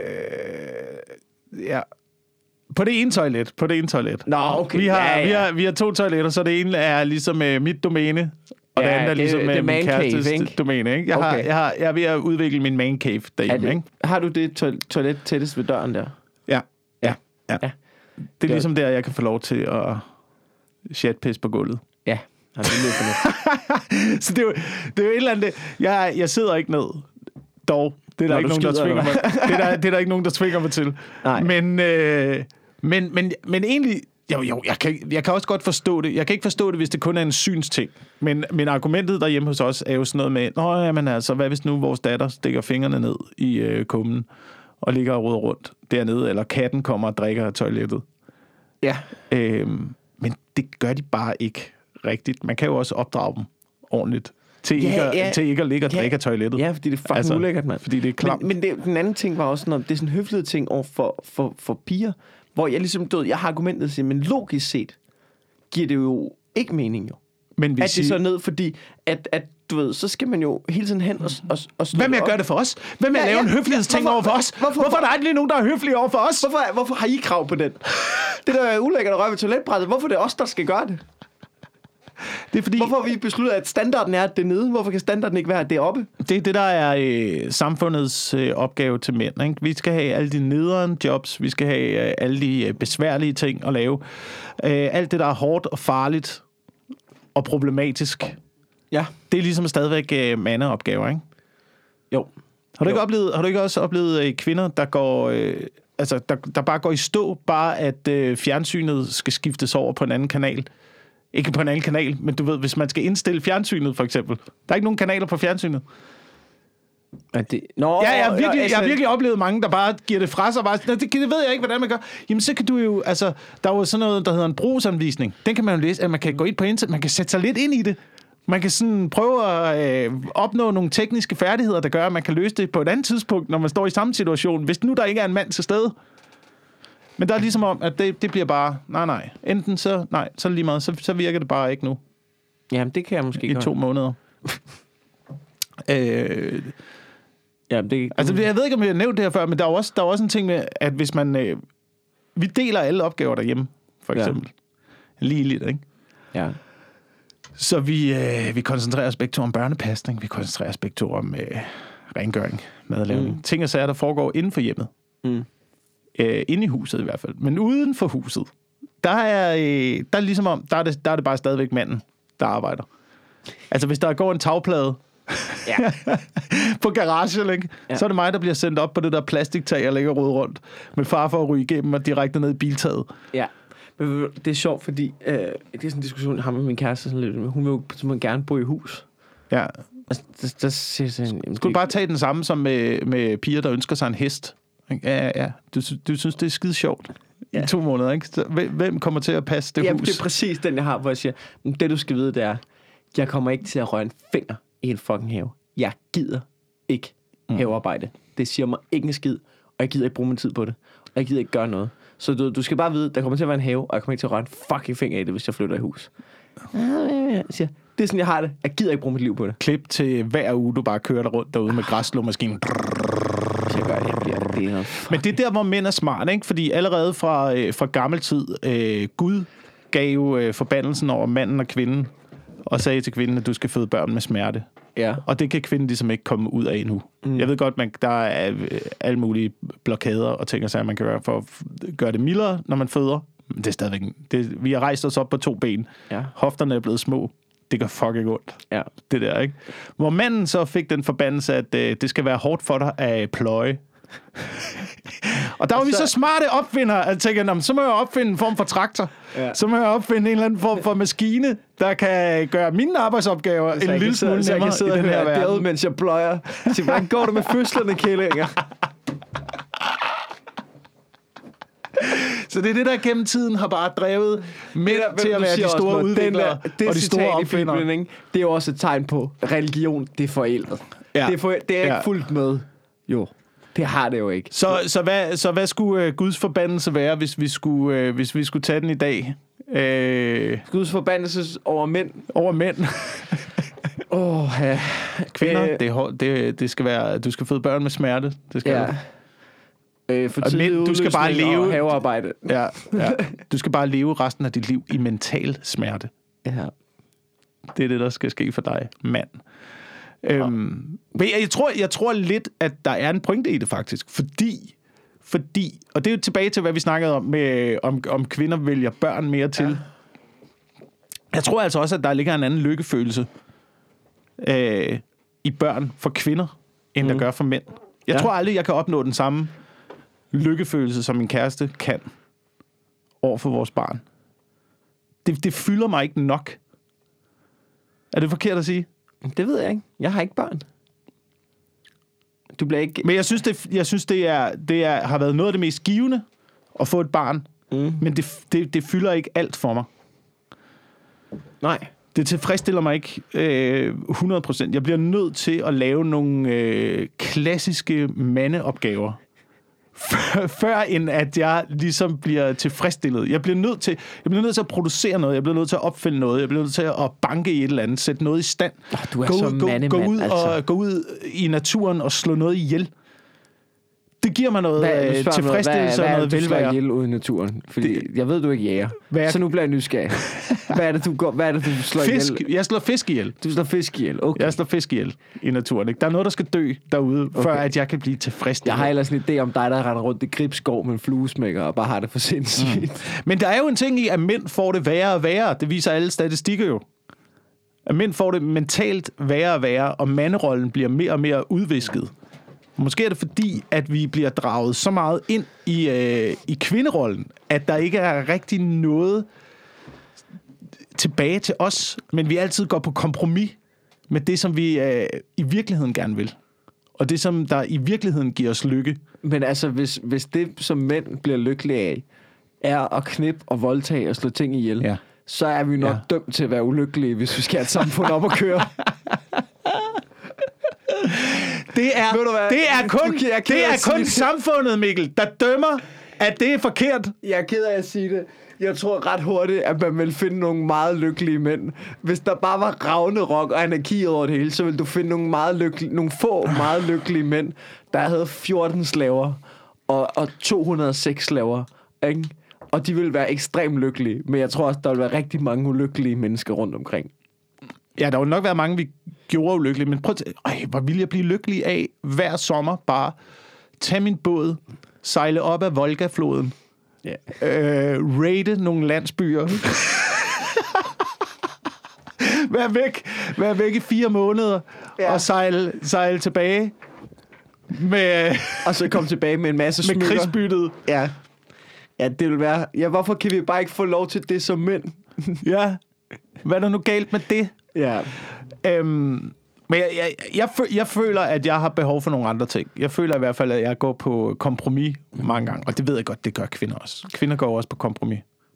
ja. På det ene toilet. På det ene toilet. Nå, okay. Vi har, ja, ja. Vi har, vi har to toiletter, så det ene er ligesom uh, mit domæne, og ja, det andet er ligesom det, det min kærestes cave, domæne. Ikke? Jeg, okay. har, jeg, har, jeg er ved at udvikle min man cave derhjemme. Ikke? Har du det to- toilet tættest ved døren der? Ja. Ja. ja. ja. Det er ligesom der, jeg kan få lov til at chatpisse på gulvet. Ja. Det så det er, jo, det er jo et eller andet... Jeg, jeg sidder ikke ned. Dog. Det er der, ikke nogen, der, tvinger mig. det, er der, det er der ikke nogen, der tvinger mig til. Nej. Men, øh, men, men, men egentlig... Jo, jo, jeg kan, jeg kan også godt forstå det. Jeg kan ikke forstå det, hvis det kun er en synsting. Men, men argumentet derhjemme hos os er jo sådan noget med, nå, jamen altså, hvad hvis nu vores datter stikker fingrene ned i øh, kummen og ligger og roder rundt dernede, eller katten kommer og drikker af toilettet. Ja. Øhm, men det gør de bare ikke rigtigt. Man kan jo også opdrage dem ordentligt til, ja, ikke, at, ja. til ikke at ligge og ja. drikke af toilettet. Ja, fordi det er fucking altså, ulækkert, mand. Fordi det er klamt. Men, men det, den anden ting var også sådan, det er sådan en høflighed ting over for, for, for piger, hvor jeg ligesom død, jeg har argumentet at sige, men logisk set giver det jo ikke mening jo. Men at det siger... så ned, fordi at, at du ved, så skal man jo hele tiden hen og, og, og Hvad med at gøre det for os? Hvad med ja, at lave ja, en høflighedsting ja, over for os? Hvorfor, hvorfor, hvorfor er der aldrig nogen, der er høflige over for os? Hvorfor, hvorfor har I krav på den? Det der er ulækkert at røre ved toiletbrættet. Hvorfor er det os, der skal gøre det? Det er fordi, hvorfor har vi besluttet, at standarden er, at det er nede? Hvorfor kan standarden ikke være, at det er oppe? Det er det, der er øh, samfundets øh, opgave til mænd. Ikke? Vi skal have alle de nederen jobs. Vi skal have øh, alle de øh, besværlige ting at lave. Øh, alt det, der er hårdt og farligt og problematisk. Ja. Det er ligesom stadigvæk øh, mandeopgaver, ikke? Jo. Har du, ikke jo. oplevet, har du ikke også oplevet øh, kvinder, der går... Øh, altså, der, der bare går i stå, bare at øh, fjernsynet skal skiftes over på en anden kanal? Ikke på en anden kanal, men du ved, hvis man skal indstille fjernsynet, for eksempel. Der er ikke nogen kanaler på fjernsynet. Er det... Nå, ja, jeg har, virkelig, altså... jeg har virkelig oplevet mange, der bare giver det fra sig. Bare, det, det ved jeg ikke, hvordan man gør. Jamen, så kan du jo... Altså, der er jo sådan noget, der hedder en brugsanvisning. Den kan man jo læse, at man kan gå ind på internet. Man kan sætte sig lidt ind i det. Man kan sådan prøve at øh, opnå nogle tekniske færdigheder, der gør, at man kan løse det på et andet tidspunkt, når man står i samme situation. Hvis nu der ikke er en mand til stede. Men der er ligesom om, at det, det bliver bare, nej, nej. Enten så, nej, så lige meget, så, så virker det bare ikke nu. Jamen, det kan jeg måske i godt. to måneder. øh, Jamen, det, altså, jeg ved ikke, om jeg har nævnt det her før, men der er også, der er også en ting med, at hvis man... Øh, vi deler alle opgaver derhjemme, for eksempel. Ja. Lige lidt, ikke? Ja. Så vi, øh, vi koncentrerer os begge to om børnepasning, vi koncentrerer os begge to om øh, rengøring, madlavning. Mm. Ting og sager, der foregår inden for hjemmet. Mm. Øh, inde i huset i hvert fald. Men uden for huset, der er, øh, der er ligesom om, der er, det, der er det bare stadigvæk manden, der arbejder. Altså, hvis der går en tagplade ja. på garagen, ikke? Ja. Så er det mig, der bliver sendt op på det der plastiktag og ligger rød rundt med far for at ryge igennem og direkte ned i biltaget. Ja. Men det er sjovt, fordi øh, det er sådan en diskussion, jeg har med min kæreste. Sådan lidt, hun vil jo simpelthen gerne bo i hus. Ja. Altså, der, der siger sådan, Skulle du bare tage den samme som med, med piger, der ønsker sig en hest? Ja, ja, ja. Du, du synes, det er skide sjovt. Ja. I to måneder, ikke? Så, hvem kommer til at passe det ja, hus? Det er præcis den, jeg har, hvor jeg siger, det du skal vide, det er, jeg kommer ikke til at røre en finger i en fucking have. Jeg gider ikke mm. havearbejde. Det siger mig ikke en skid, og jeg gider ikke bruge min tid på det. Og jeg gider ikke gøre noget. Så du, du skal bare vide, der kommer til at være en have, og jeg kommer ikke til at røre en fucking finger i det, hvis jeg flytter i hus. Jeg siger, det er sådan, jeg har det. Jeg gider ikke bruge mit liv på det. Klip til hver uge, du bare kører der rundt derude med græsslåmaskinen. Jeg gør det, jeg bliver det. det er Men det er der, hvor mænd er smart, ikke? Fordi allerede fra, øh, fra gammel tid, øh, Gud gav øh, forbandelsen over manden og kvinden, og sagde til kvinden, at du skal føde børn med smerte. Ja. Og det kan kvinden ligesom ikke komme ud af nu. Mm. Jeg ved godt, man, der er øh, alle mulige blokader og ting, og sager, man kan gøre for at gøre det mildere, når man føder. Men det er stadigvæk... Det, vi har rejst os op på to ben. Ja. Hofterne er blevet små. Det gør fucking ondt. Ja. Det der, ikke? Hvor manden så fik den forbandelse, at øh, det skal være hårdt for dig at pløje. Og der var altså, vi så smarte opfindere, at jeg tænker, så må jeg opfinde en form for traktor. Ja. Så må jeg opfinde en eller anden form for maskine, der kan gøre mine arbejdsopgaver en lille smule nemmere i den her verden. Derude, mens jeg pløjer. Så hvordan går det med fødslerne, kællinger? Så det er det, der gennem tiden har bare drevet mænd til at være de store også, udviklere det og de store opfindere. Bibelen, det er jo også et tegn på religion, det er forældet. Ja. Det er, for, det er ikke ja. fuldt med. Jo. Det har det jo ikke. Så, så, hvad, så hvad skulle uh, Guds forbandelse være, hvis vi skulle, uh, hvis vi skulle tage den i dag? Uh, Guds forbandelse over mænd? Over mænd. Åh, oh, ja. Kvinder, øh, det, det, det skal være, du skal føde børn med smerte. Det skal ja. du. Øh, for mænd, du skal bare leve havearbejde. Ja, ja. Du skal bare leve resten af dit liv i mental smerte. Ja. Det er det, der skal ske for dig, mand. Øhm, men jeg tror, jeg tror lidt, at der er en pointe i det faktisk, fordi, fordi og det er jo tilbage til, hvad vi snakkede om, med, om, om kvinder vælger børn mere til. Ja. Jeg tror altså også, at der ligger en anden lykkefølelse øh, i børn for kvinder, end mm. der gør for mænd. Jeg ja. tror aldrig, jeg kan opnå den samme lykkefølelse, som min kæreste kan over for vores barn. Det, det fylder mig ikke nok. Er det forkert at sige? Det ved jeg ikke. Jeg har ikke børn. Du bliver ikke... Men jeg synes, det, jeg synes, det, er, det er, har været noget af det mest givende at få et barn. Mm. Men det, det, det fylder ikke alt for mig. Nej. Det tilfredsstiller mig ikke øh, hundrede procent. Jeg bliver nødt til at lave nogle øh, klassiske mandeopgaver. Før end at jeg ligesom bliver tilfredsstillet. Jeg bliver nødt til, jeg bliver nødt til at producere noget. Jeg bliver nødt til at opfinde noget. Jeg bliver nødt til at banke i et eller andet. Sætte noget i stand. Oh, du er gå så ud, gå, mandemand, gå ud altså. og gå ud i naturen og slå noget ihjel. Det giver mig noget hvad, tilfredsstillelse og noget velvære. Hvad er det, du slår ihjel ude i naturen? Fordi det, jeg ved, du ikke jæger. Er, så nu bliver jeg nysgerrig. Hvad er det, du, går, hvad er det, du slår fisk, ihjel? Jeg slår fisk ihjel. Du slår fisk ihjel, okay. Jeg slår fisk ihjel i naturen. Ikke? Der er noget, der skal dø derude, okay. før at jeg kan blive tilfredsstillet. Jeg har ellers en idé om dig, der render rundt i Gribskov med en fluesmækker og bare har det for sindssygt. Mm. Men der er jo en ting i, at mænd får det værre og værre. Det viser alle statistikker jo. At mænd får det mentalt værre og værre, og manderollen bliver mere og mere udvisket. Måske er det fordi, at vi bliver draget så meget ind i, øh, i kvinderollen, at der ikke er rigtig noget tilbage til os, men vi altid går på kompromis med det, som vi øh, i virkeligheden gerne vil. Og det, som der i virkeligheden giver os lykke. Men altså, hvis, hvis det, som mænd bliver lykkelige af, er at knippe og voldtage og slå ting ihjel, ja. så er vi nok ja. dømt til at være ulykkelige, hvis vi skal have et samfund op at køre. Det er, det er kun, det er kun samfundet, Mikkel, der dømmer, at det er forkert. Jeg er ked af at sige det. Jeg tror ret hurtigt, at man vil finde nogle meget lykkelige mænd. Hvis der bare var Ragnarok og anarki over det hele, så ville du finde nogle, meget lykkelige, nogle få meget lykkelige mænd, der havde fjorten slaver og, og to hundrede og seks slaver. Ikke? Og de ville være ekstremt lykkelige. Men jeg tror også, der vil være rigtig mange ulykkelige mennesker rundt omkring. Ja, der vil nok være mange, vi gjorde ulykkelige. Men prøv at ej, hvor vil jeg blive lykkelig af hver sommer bare tage min båd, sejle op ad Volga-floden, yeah. øh, raide nogle landsbyer, vær væk, vær væk i fire måneder, yeah. og sejle, sejle tilbage med... og så komme tilbage med en masse smykker. Med krigsbyttet. Ja. Ja, det vil være... Ja, hvorfor kan vi bare ikke få lov til det som mænd? Ja. Hvad er der nu galt med det? Ja. Øhm, men jeg, jeg, jeg, føl, jeg føler, at jeg har behov for nogle andre ting. Jeg føler i hvert fald, at jeg går på kompromis mange gange. Og det ved jeg godt, det gør kvinder også. Kvinder går også på kompromis.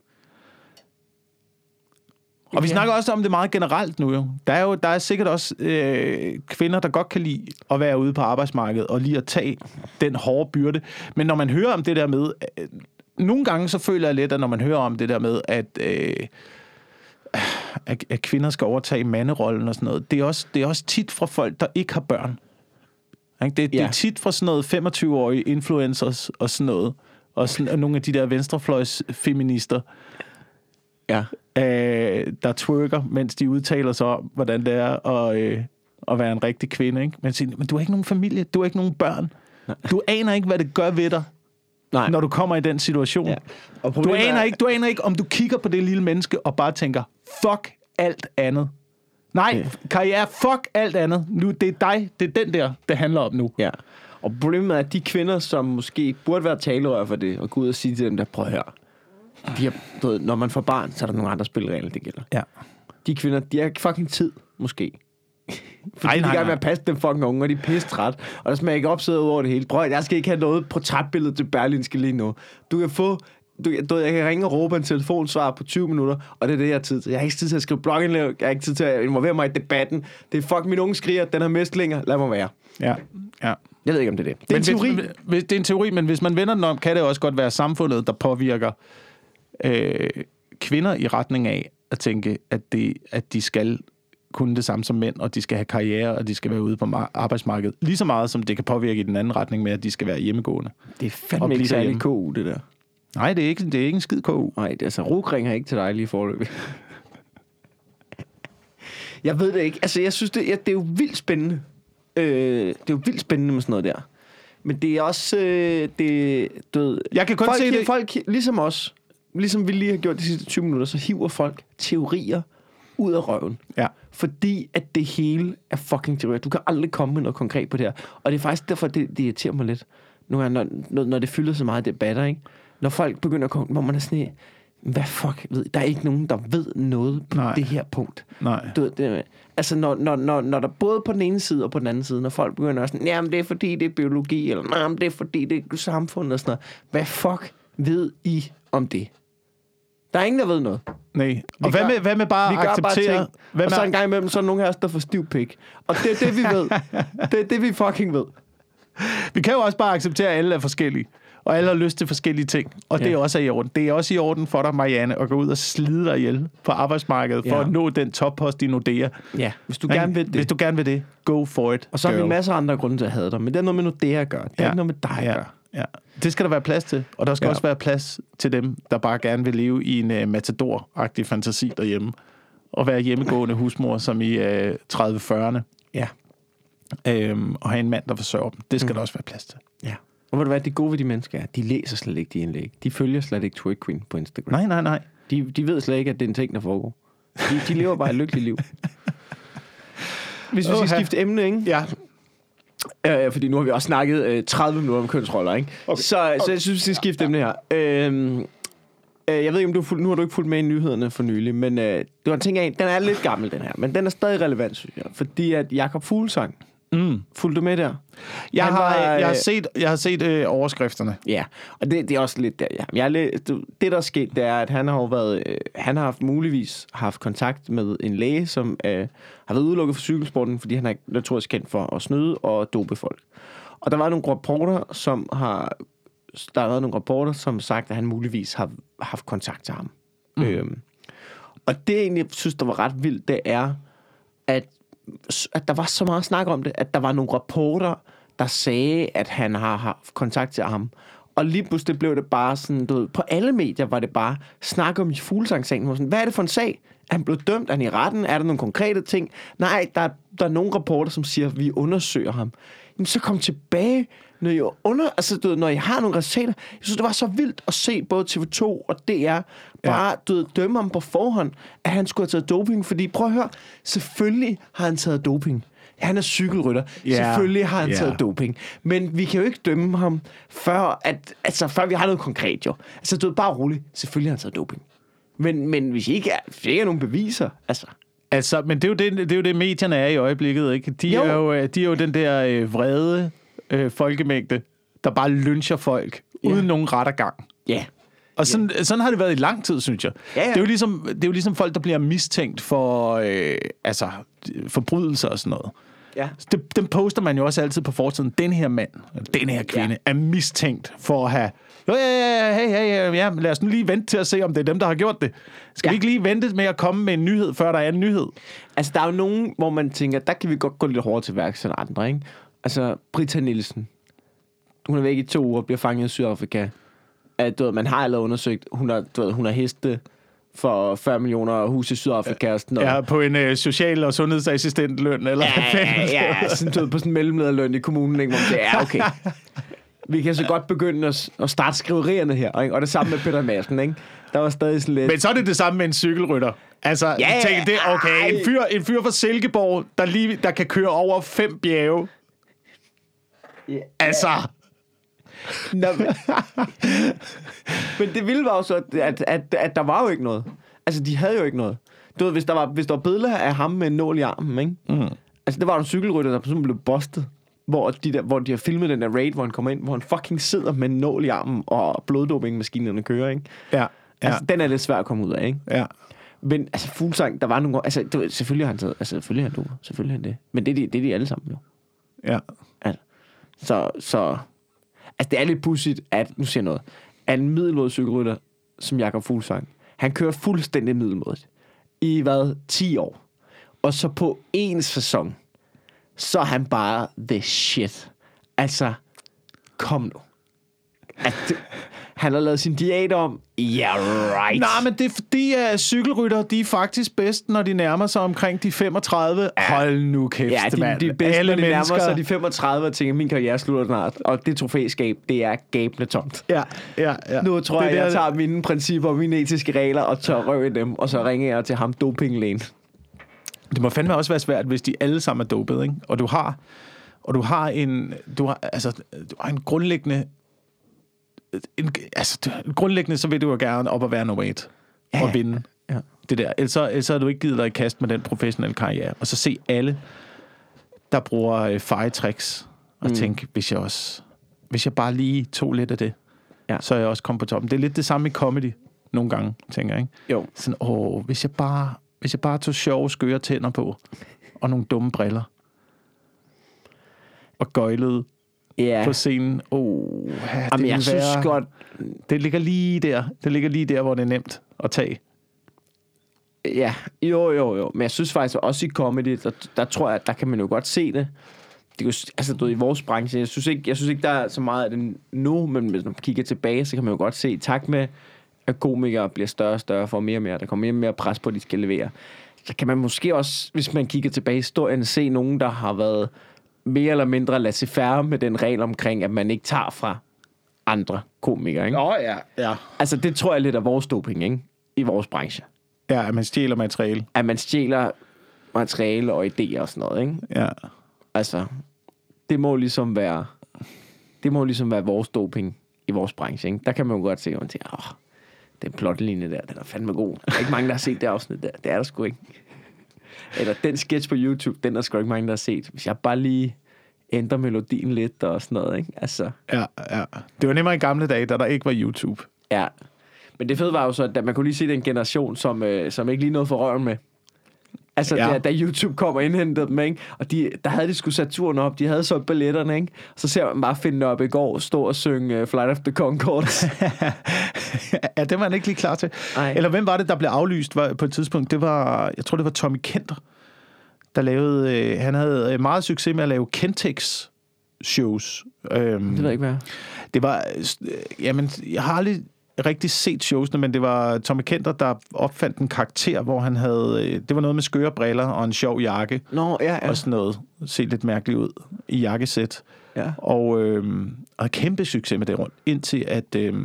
Og vi ja. snakker også om det meget generelt nu jo. Der er jo der er sikkert også øh, kvinder, der godt kan lide at være ude på arbejdsmarkedet og lige at tage den hårde byrde. Men når man hører om det der med... Øh, nogle gange så føler jeg lidt, at når man hører om det der med, at... Øh, At, at kvinder skal overtage manderollen og sådan noget. Det er også, det er også tit fra folk, der ikke har børn. Det, det ja. er tit fra sådan noget femogtyve-årige influencers og sådan noget. Og, sådan, og nogle af de der venstrefløjs feminister, ja. øh, der twerker, mens de udtaler sig om, hvordan det er at, øh, at være en rigtig kvinde. Ikke? Men, siger, men du har ikke nogen familie, du har ikke nogen børn. Nej. Du aner ikke, hvad det gør ved dig. Nej. Når du kommer i den situation. Ja. Og du, aner er... ikke, du aner ikke, om du kigger på det lille menneske og bare tænker, fuck alt andet. Nej, ja. karriere, fuck alt andet. Nu, det er dig, det er den der, det handler om nu. Ja. Og problemet er, at de kvinder, som måske burde være talerør for det, og gå ud og sige til dem, der prøver her. De har, du ved, når man får barn, så er der nogle andre spilleregler, det gælder. Ja. De kvinder, de har fucking tid, måske. Fordi ej, nej, de gerne vil passe dem fucking unge, og de er pisse træt. Og der smager ikke opsiddet over det hele. Prøv, jeg skal ikke have noget portrætbillede til Berlinske lige nu. Du kan få... Du, du, jeg kan ringe og råbe en telefonsvar på tyve minutter, og det er det, jeg har tid til. Jeg har ikke tid til at skrive blogindlæg, jeg har ikke tid til at involvere mig i debatten. Det er fuck, min unge skriger, den har mæstlinger, lad mig være. Ja, ja. Jeg ved ikke, om det er det. Det er men en teori. Hvis, hvis, det er en teori, men hvis man vender den om, kan det også godt være samfundet, der påvirker øh, kvinder i retning af at tænke, at, det, at de skal kunne det samme som mænd, og de skal have karriere, og de skal være ude på arbejdsmarkedet. Lige så meget, som det kan påvirke i den anden retning med, at de skal være hjemmegående. Det er fandme ikke særlig K U, det der. Nej, det er ikke, det er ikke en skid K U. Nej, det er altså, Rukring har ikke til dig lige forløbig. Jeg ved det ikke. Altså, jeg synes, det, ja, det er jo vildt spændende. Øh, det er jo vildt spændende med sådan noget der. Men det er også... Øh, det, du ved, jeg kan kun folk, se det... Folk, ligesom os, ligesom vi lige har gjort de sidste tyve minutter, så hiver folk teorier ud af røven. Ja. Fordi at det hele er fucking teorier. Du kan aldrig komme med noget konkret på det her. Og det er faktisk derfor, det, det irriterer mig lidt. Nu er, når, når det fylder så meget debatter, ikke? Når folk begynder at komme, hvor man er sådan, hvad fuck, ved, der er ikke nogen, der ved noget på Nej. det her punkt. Nej. Du, det, altså, når, når, når, når der både på den ene side og på den anden side, når folk begynder at sådan, jamen det er fordi, det er biologi, eller nej, det er fordi, det er samfund og sådan noget. Hvad fuck ved I om det? Der er ingen, der ved noget. Nej. Og hvad med, hvad med bare vi acceptere... Bare ting, og så en gang imellem, så er nogen af os, der får stiv pik. Og det er det, vi ved. Det er det, vi fucking ved. Vi kan jo også bare acceptere, at alle er forskellige. Og alle har lyst til forskellige ting. Og ja. det er også i orden. Det er også i orden for dig, Marianne, at gå ud og slide dig ihjel på arbejdsmarkedet, for ja. at nå den toppost i Nordea. Ja, hvis du gerne vil det. Hvis du gerne vil det, go for it. Og så har vi masser af andre grunde til at have dig. Men det er noget med Nordea at gøre. Det er ja. ikke noget med dig at ja. gøre. Ja. Det skal der være plads til. Og der skal ja. også være plads til dem, der bare gerne vil leve i en uh, matador-agtig fantasi derhjemme. Og være hjemmegående husmor, som i uh, tredive fyrrerne. Ja. Øhm, og have en mand, der forsørger dem. Det skal mm. der også være plads til. Ja. Og ved du hvad, det gode ved de mennesker er, de læser slet ikke de indlæg. De følger slet ikke Twerk Queen på Instagram. Nej, nej, nej. De, de ved slet ikke, at det er en ting, der foregår. De, de lever bare et lykkeligt liv. Hvis vi skal skifte emne, ikke? Ja. Øh, fordi nu har vi også snakket øh, tredive minutter om kønsroller, ikke? Okay. Så, okay. så jeg synes, vi skal skifte emne her. Øh, øh, jeg ved ikke, om du fulgt, nu har du ikke fulgt med i nyhederne for nylig, men øh, det var en ting af, den er lidt gammel, den her. Men den er stadig relevant, synes jeg. Fordi at Jakob Fuglsang, Mm. fulgte du med der? Jeg har, var, jeg har set, jeg har set øh, overskrifterne. Ja, og det, det er også lidt der. Ja. Jeg læst, det, der er sket, det er, at han har været, øh, han har haft, muligvis haft kontakt med en læge, som øh, har været udelukket for cykelsporten, fordi han er notorisk kendt for at snyde og dope folk. Og der var nogle rapporter, som har der har været nogle rapporter, som sagt, at han muligvis har haft kontakt til ham. Mm. Øhm, og det, jeg egentlig synes, der var ret vildt, det er, at, at der var så meget snak om det, at der var nogle rapporter, der sagde, at han har haft kontakt til ham. Og lige pludselig blev det bare sådan, du ved, på alle medier var det bare snak om i Fuglsang-sagen. Hvad er det for en sag? Er han blevet dømt? Er han i retten? Er der nogle konkrete ting? Nej, der, der er nogle rapporter, som siger, at vi undersøger ham. Jamen, så kom tilbage, når I, under, altså, du ved, når I har nogle resultater. Jeg synes, det var så vildt at se både T V to og D R bare ja. du ved, dømme ham på forhånd, at han skulle have taget doping. Fordi prøv at høre, selvfølgelig har han taget doping. Han er cykelrytter. Yeah. Selvfølgelig har han yeah. taget doping. Men vi kan jo ikke dømme ham, før, at, altså, før vi har noget konkret, jo. Altså, du er bare rolig. Selvfølgelig har han taget doping. Men, men hvis I ikke er, hvis I ikke er nogen beviser, altså... Altså, men det er jo det, det, er jo det medierne er i øjeblikket, ikke? De, jo. Er, jo, de er jo den der øh, vrede øh, folkemængde, der bare lyncher folk, yeah. uden nogen rettergang. Ja. Yeah. Og sådan, yeah. sådan har det været i lang tid, synes jeg. Ja, ja. Det, er jo ligesom, det er jo ligesom folk, der bliver mistænkt for øh, altså, forbrydelser og sådan noget. Ja. Det, den poster man jo også altid på forsiden. Den her mand, den her kvinde, ja. er mistænkt for at have... Ja, ja, ja, hey, hey, ja, lad os nu lige vente til at se, om det er dem, der har gjort det. Skal ja. vi ikke lige vente med at komme med en nyhed, før der er en nyhed? Altså, der er jo nogen, hvor man tænker, der kan vi godt gå lidt hårdere til værks end andre, ikke? Altså, Britta Nielsen. Hun er væk i to uger, bliver fanget i Sydafrika. At, du ved, man har allerede undersøgt, hun har, du ved, hun har heste for fyrre millioner hus i Sydafrika og sådan noget. Ja, på en øh, social- og sundhedsassistentløn, eller ja, ja, ja, sådan du ved, på sådan en mellemlederløn i kommunen, ikke? Hvor man siger, ja, okay. Vi kan så godt begynde at, at starte skriverierne her, ikke? Og det samme med Peter Madsen, ikke? Der var stadig sådan lidt... Men så er det det samme med en cykelrytter. Altså, ja, tænk det, okay, en fyr, en fyr fra Silkeborg, der, lige, der kan køre over fem bjerge. Ja, altså... Nå, men, men det vilde var jo så, at, at, at der var jo ikke noget. Altså, de havde jo ikke noget. Du ved, hvis der var, hvis der var billeder af ham med en nål i armen, ikke? Mm. Altså, det var en cykelrytter, der simpelthen blev bustet. Hvor de, der, hvor de har filmet den der raid, hvor han kommer ind, hvor han fucking sidder med en nål i armen, og bloddopingmaskinerne kører, ikke? Ja. Ja. Altså, den er lidt svær at komme ud af, ikke? Ja. Men altså, Fuglsang, der var nogle... Altså, det var, selvfølgelig har han taget... Altså, selvfølgelig har han dopet. Selvfølgelig har han det. Men det er de, det er de alle sammen, jo. Ja. Altså, så... så altså, det er lidt pudsigt, at... Nu siger jeg noget. At en middelmådig cykelrytter, som Jakob Fuglsang, han kører fuldstændig middelmådigt. I, hvad? ti år. Og så på en sæson, så er han bare the shit. Altså, kom nu. Altså, han har lavet sin diæt om. Yeah, right. Nej, men det er fordi, at cykelrytter, de er faktisk bedst, når de nærmer sig omkring de femogtredive. Ja. Hold nu kæft, ja, de, mand. de er bedst, Alle når de mennesker... nærmer sig de femogtredive og tænker, min karriere slutter snart. Og det trofæskab, det er gabende tomt. Ja, ja, ja. Nu tror det jeg, jeg tager mine principper og mine etiske regler og tør røve dem, og så ringer jeg til ham dopinglægen. Det må fandme også være svært, hvis de alle sammen er dopet, ikke? Og du har, og du har en, du har, altså, du har en grundlæggende, en, altså, grundlæggende, så vil du jo gerne op og være no weight ja, og vinde ja. det der. Ellers, ellers har du ikke givet dig i kast med den professionelle karriere. Og så se alle, der bruger øh, feje tricks, og mm. tænke, hvis jeg også, hvis jeg bare lige tog lidt af det, ja. så er jeg også kommet på toppen. Det er lidt det samme i comedy, nogle gange, tænker jeg, ikke? Jo. Sådan, åh, hvis jeg bare... Hvis jeg bare tog sjove, skøre tænder på, og nogle dumme briller, og gøjlede yeah. på scenen. Oh, ja, det Jamen, jeg være, synes godt... Det ligger lige der. Det ligger lige der, hvor det er nemt at tage. Ja, jo, jo, jo. Men jeg synes faktisk også i comedy, der, der tror jeg, der kan man jo godt se det. Det er jo, altså, du ved, i vores branche, jeg synes, ikke, jeg synes ikke, der er så meget af det nu, men hvis man kigger tilbage, så kan man jo godt se, i takt med, at komikere bliver større og større, for mere og mere, der kommer mere og mere pres på, at de skal levere. Så kan man måske også, hvis man kigger tilbage i historien, se nogen, der har været mere eller mindre laissez-faire med den regel omkring, at man ikke tager fra andre komikere, ikke? Åh, oh, ja, ja. Altså, det tror jeg lidt af vores doping, ikke? I vores branche. Ja, at man stjæler materiale. At man stjæler materiale og idéer og sådan noget, ikke? Ja. Altså, det må ligesom være, det må ligesom være vores doping i vores branche, ikke? Der kan man jo godt se, at man tænker, åh, den plotlinje der, den er fandme god. Der er ikke mange, der har set det afsnit der. Det er der sgu ikke. Eller den sketch på YouTube, den er sgu ikke mange, der har set. Hvis jeg bare lige ændrer melodien lidt og sådan noget, ikke? Altså. Ja, ja. Det var nemmere i gamle dage, da der ikke var YouTube. Ja. Men det fede var jo så, at man kunne lige se den generation, som, øh, som ikke lige nåede for røven med. Altså, Ja. ja. da, da YouTube kom og indhentede dem, ikke? Og de, der havde de sgu sat turen op. De havde så billetterne, ikke? Så ser man bare finde op i går, stå og synge uh, Flight of the Conchords. Ja, det var han ikke lige klar til. Ej. Eller hvem var det, der blev aflyst var, på et tidspunkt? Det var, jeg tror, det var Tommy Kenter, der lavede... Øh, han havde meget succes med at lave Kentex shows. Øhm, Det ved jeg ikke, hvad. Det var... Øh, jamen, jeg har aldrig rigtig set showsene, men det var Tommy Kenter, der opfandt en karakter, hvor han havde... Øh, det var noget med skøre briller og en sjov jakke. Nå, ja, ja. Og sådan noget. Se lidt mærkeligt ud i jakkesæt. Ja. Og, øh, og kæmpe succes med det rundt, indtil at... Øh,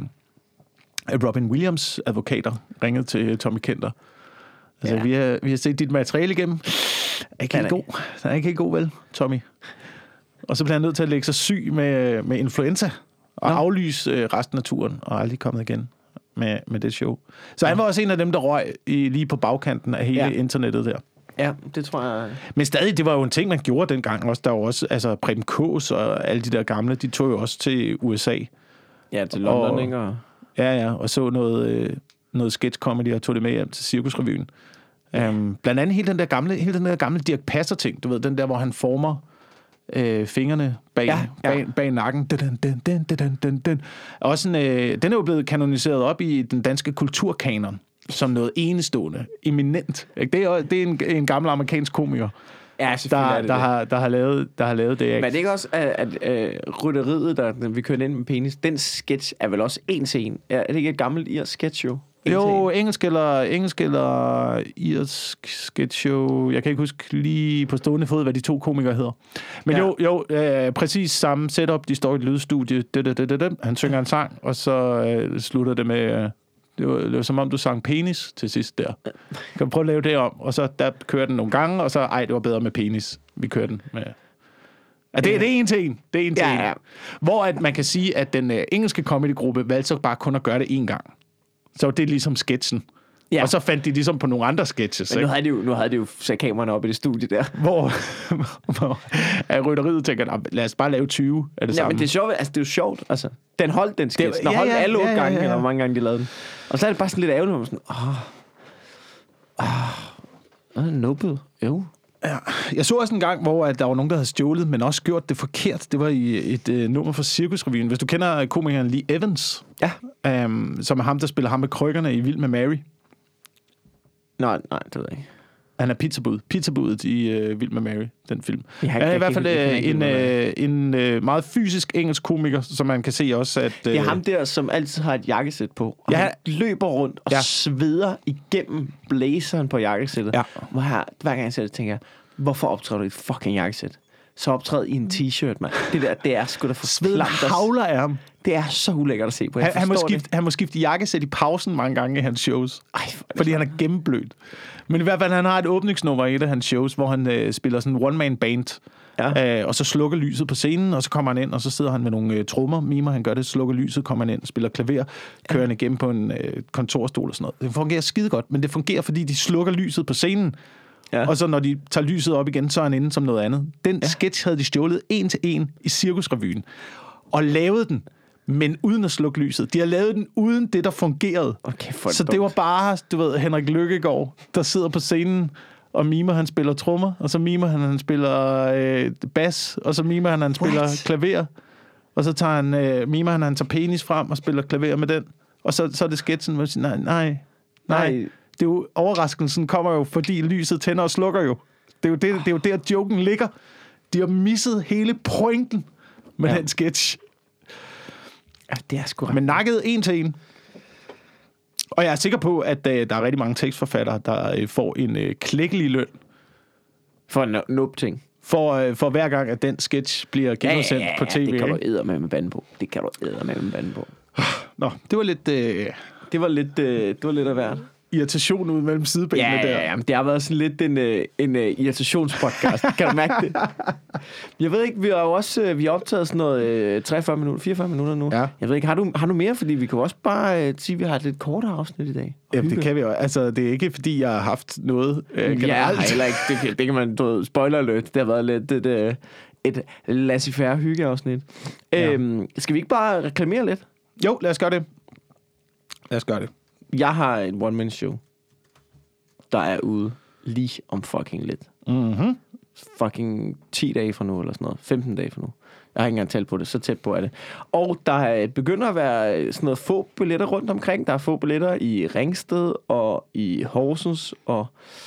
Robin Williams advokater ringede til Tommy Kenter. Altså, ja. vi, har, vi har set dit materiale igennem. Er ikke helt god. Den er ikke helt god, vel, Tommy? Og så blev han nødt til at lægge sig syg med, med influenza og Nå. aflyse øh, resten af turen, og aldrig kommet igen med, med det show. Så han var også en af dem, der røg i, lige på bagkanten af hele ja. internettet der. Ja, det tror jeg... Men stadig, det var jo en ting, man gjorde dengang også. Der var også, altså Preben Kaas og alle de der gamle, de tog jo også til U S A. Ja, til London, og, ikke? Og... Ja, ja, og så noget, øh, noget sketch-comedy og tog det med hjem til Cirkusrevyen. Ja. Um, blandt andet hele den der gamle, hele den der gamle Dirch Passer-ting, du ved, den der, hvor han former øh, fingrene bag, ja, ja. bag, bag nakken. Den, den, den, den, den, den. Også en, øh, den er jo blevet kanoniseret op i den danske kulturkanon som noget enestående, eminent. Det er, det er en, en gammel amerikansk komiker, ja, der, er det der, det. Har, der, har lavet, der har lavet det. Men er det ikke også, at, at, at rytteriet, der vi kørte ind med penis, den sketch er vel også en til en? Er det ikke et gammelt irsk sketch show? Jo, engelsk eller, engelsk eller irsk sketch show. Jeg kan ikke huske lige på stående fod, hvad de to komikere hedder. Men ja. jo, jo øh, præcis samme setup. De står i et lydstudie. Han synger en sang, og så øh, slutter det med... Øh, Det var, det var som om, du sang penis til sidst der. Kan du prøve at lave det om? Og så der kører den nogle gange, og så, ej, det var bedre med penis. Vi kører den med... Ja, det, det er en til en. Det er en til ja, en. ja. Hvor at man kan sige, at den uh, engelske comedygruppe valgte så bare kun at gøre det én gang. Så det er ligesom sketchen. Ja. Og så fandt de ligesom på nogle andre sketches. Men nu havde de jo, nu havde de jo sat kameraerne op i det studie der. Hvor, hvor er rytteriet tænker, lad os bare lave tyve af det ja, samme. men det er sjovt, altså det er jo sjovt. Altså, den holdt den sketch. Det, den ja, holdt ja, alle otte ja, ja, gange, ja. eller hvor mange gange de lavede den. Og så er det bare sådan lidt ærgerligt, hvor man sådan, åh, åh, nobel, jo. Ja. Jeg så også en gang, hvor at der var nogen, der havde stjålet, men også gjort det forkert. Det var i et øh, nummer fra Cirkusrevyen. Hvis du kender komikeren Lee Evans, ja. øhm, som er ham, der spiller ham med krykkerne i Vild med Mary. Nej, nej, det ved jeg ikke. Han er pizzabud. Pizzabudet i øh, Vild med Mary, den film. Jeg Han er i hvert fald øh, en, øh, en øh, meget fysisk engelsk komiker, som man kan se også, at... Øh, det er ham der, som altid har et jakkesæt på. Og ja, han løber rundt og ja. sveder igennem blazeren på jakkesættet. Ja. Hvor her, hver gang jeg ser det, tænker jeg, hvorfor optræder du i et fucking jakkesæt? Så optræd i en t-shirt, mand. Det der, det er sgu da for sveden havler af ham. Det er så ulækkert at se på. Han, han, må skifte, han må skifte jakkesæt i pausen mange gange i hans shows. Ej, fordi han er gennemblødt. Men i hvert fald, han har et åbningsnummer i et af hans shows, hvor han øh, spiller sådan en one-man-band. Ja. Øh, og så slukker lyset på scenen, og så kommer han ind, og så sidder han med nogle øh, trommer, mimer, han gør det, slukker lyset, kommer han ind, spiller klaver, kører han igennem på en øh, kontorstol og sådan noget. Det fungerer skide godt, men det fungerer, fordi de slukker lyset på scenen. Ja. Og så når de tager lyset op igen, så er han inde som noget andet. Den ja. sketch havde de stjålet en til en i Cirkusrevyen. Og lavet den, men uden at slukke lyset. De har lavet den uden det, der fungerede. Okay, så det var bare, du ved, Henrik Lykkegaard, der sidder på scenen, og mimer, han spiller trommer, og så mimer han, han spiller øh, bas, og så mimer han, han spiller What? klaver. Og så tager han, øh, mimer han, han tager penis frem og spiller klaver med den. Og så, så er det sketchen, hvor siger, nej, nej, nej. nej. Det er jo, overraskelsen kommer jo, fordi lyset tænder og slukker jo. Det er jo, det, det er jo der, joken ligger. De har misset hele pointen med ja. den sketch. Ja, det er sgu Men nakket en til en. Og jeg er sikker på, at uh, der er rigtig mange tekstforfattere, der uh, får en uh, klækkelig løn. For en nup-ting. For, uh, for hver gang, at den sketch bliver genudsendt ja, ja, ja, på tv. det kan du eddermame med bande på. Det kan du eddermame med bande på. Nå, det var lidt... Uh, det var lidt, uh, det var lidt af hvert. Irritation ud mellem sidebenene ja, der. Ja, ja, det har været sådan lidt en, en, en uh, irritationspodcast. Kan du mærke det? Jeg ved ikke, vi har jo også vi har optaget sådan noget uh, treogfyrre minutter, fireogfyrre minutter nu. Ja. Jeg ved ikke, har du, har du mere? Fordi vi kan jo også bare uh, sige, at vi har et lidt kortere afsnit i dag. Jamen, det kan vi jo. Altså, det er ikke, fordi jeg har haft noget uh, generelt. Ja, heller ikke. Det, det kan man, du ved, spoiler alert. Det har været lidt et, et, et laissez-faire hyggeafsnit. Ja. Øhm, skal vi ikke bare reklamere lidt? Jo, lad os gøre det. Lad os gøre det. Jeg har et one-man show, der er ude lige om fucking lidt. Mhm. Fucking ti dage fra nu, eller sådan noget. femten dage fra nu. Jeg har ikke engang talt på det, så tæt på er det. Og der er- begynder at være sådan noget få billetter rundt omkring. Der er få billetter i Ringsted, og i Horsens, og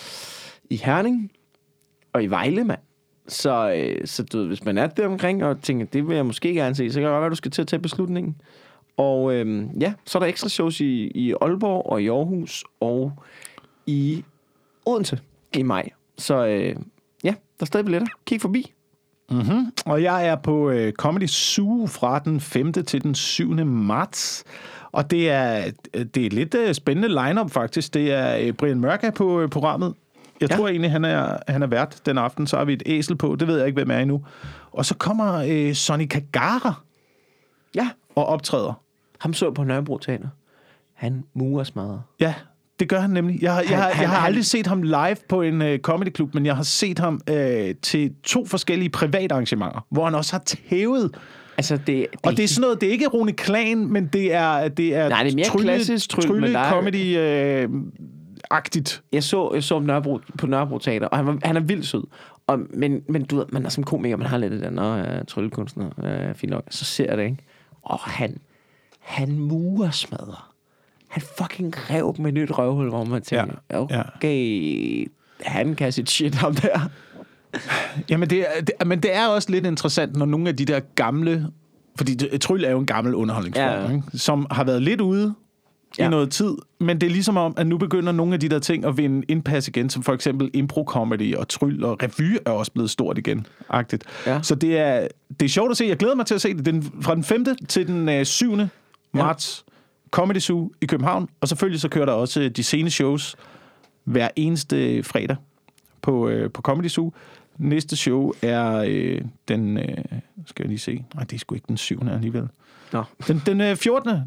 i Herning, og i Vejle, mand. Så, øh, så du ved, hvis man er der omkring og tænker, det vil jeg måske gerne se, så kan det godt være, du skal til at tage beslutningen. Og øh, ja, så er der ekstra shows i, i Aalborg, og i Aarhus, og i Odense i maj. Så øh, ja, der er stadig billetter. Kig forbi. Mm-hmm. Og jeg er på øh, Comedy Zoo fra den femte til den syvende marts. Og det er, det er lidt øh, spændende line-up, faktisk. Det er øh, Brian Mørk er på øh, programmet. Jeg Ja. tror egentlig, han er, han er vært den aften. Så har vi et æsel på. Det ved jeg ikke, hvem er endnu. Og så kommer øh, Sonny Kagara Ja, og optræder. ham så jeg på Nørrebro Teater. Han murer smadret. Ja, det gør han nemlig. Jeg, har- jeg, Han- har- han- jeg har han- aldrig set ham live på en øh, comedyklub, men jeg har set ham øh, til to forskellige private arrangementer, hvor han også har tævet. Altså, det, det, Og det er sådan noget, det er ikke Rune Klan, men det er det er Nej, det er mere klassisk trylle, trylle men der er- comedy øh, agtigt. Jeg så, jeg så ham Nørrebro, på Nørrebro Teater, og han, var, han er vildt sød. Og, men, men du ved, man er som komiker, man har lidt det der, nå, jeg er tryllekunstner, øh, fint nok. Så ser jeg det, ikke? Og han, han murer smadrer. Han fucking rev med nyt røvhul, hvor man tænker, Ja, ja. okay, han kan sit shit ham der. Jamen, det er, det, men det er også lidt interessant, når nogle af de der gamle, fordi det- trylle er jo en gammel underholdningsform, Ja, ja. ikke? Som har været lidt ude ja. Ja. i noget tid, men det er ligesom om, at nu begynder nogle af de der ting at vinde indpas igen, som for eksempel impro-comedy og tryl, og revy er også blevet stort igen, agtigt. Ja. Så det er, det er sjovt at se. Jeg glæder mig til at se det. Den, fra den femte til den øh, syvende marts, Comedy Zoo i København, og selvfølgelig så kører der også øh, de sene shows hver eneste fredag på, øh, på Comedy Zoo. Næste show er øh, den, øh, skal jeg lige se, nej, det er sgu ikke den syvende alligevel. Nå. Den, den øh, fjortende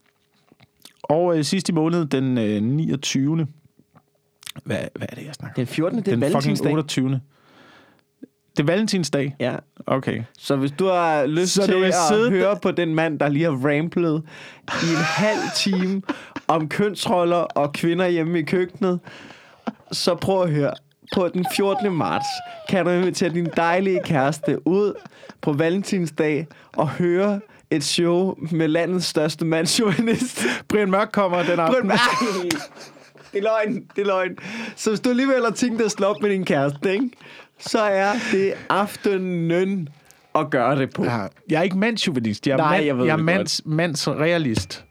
Og øh, sidst i måned, den øh, niogtyvende Hvad, hvad er det, jeg snakker om? Den fjortende, det er Den fucking Valentinsdag. otteogtyvende Det er Valentinsdag? Ja. Okay. Så hvis du har lyst Så til du vil at sidde høre på den mand, der lige har ramplet i en halv time om kønsroller og kvinder hjemme i køkkenet, så prøv at høre. På den fjortende marts kan du invitere din dejlige kæreste ud på Valentinsdag og høre et show med landets største mandsjournalist. Brian Mørk kommer den aften. Brian Mørk. Det er løgn, det er løgn. Så hvis du alligevel har tænkt dig at slå op med din kæreste, ikke? Så er det aftenen at gøre det på. Ja, jeg er ikke mandsjuvenist. Jeg er, Nej, mand, jeg ved jeg er det mands, mandsrealist.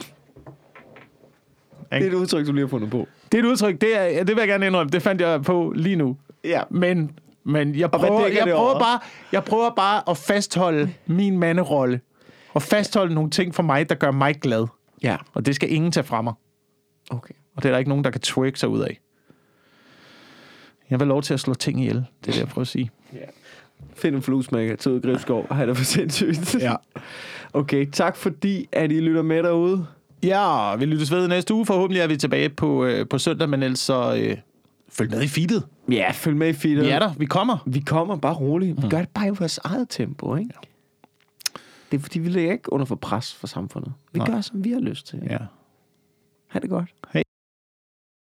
Det er et udtryk, du lige har fundet på. Det er et udtryk, det, er, det vil jeg gerne indrømme. Det fandt jeg på lige nu. Ja. Men, men jeg, hvad prøver, dækker jeg, det prøver over? bare, jeg prøver bare at fastholde min manderolle. Og fastholde nogle ting for mig, der gør mig glad. Ja. Og det skal ingen tage fra mig. Okay. Og det er der ikke nogen, der kan twerk sig ud af. Jeg vil lov til at slå ting ihjel. Det er det, jeg prøver at sige. Ja. Find en fluesmækker, tag ud i Gribskov og have det for sindssygt. Ja. Okay, tak fordi, at I lytter med derude. Ja, vi lyttes ved næste uge. Forhåbentlig er vi tilbage på, øh, på søndag, men ellers så øh, følg med i feedet. Ja, følg med i feedet. Vi er der. Vi kommer. Vi kommer bare roligt. Vi gør det bare i vores eget tempo, ikke? Ja. Det er fordi, vi ligger ikke under for pres for samfundet. Vi Nej. gør, som vi har lyst til. Ja. Ha' det godt. Hej.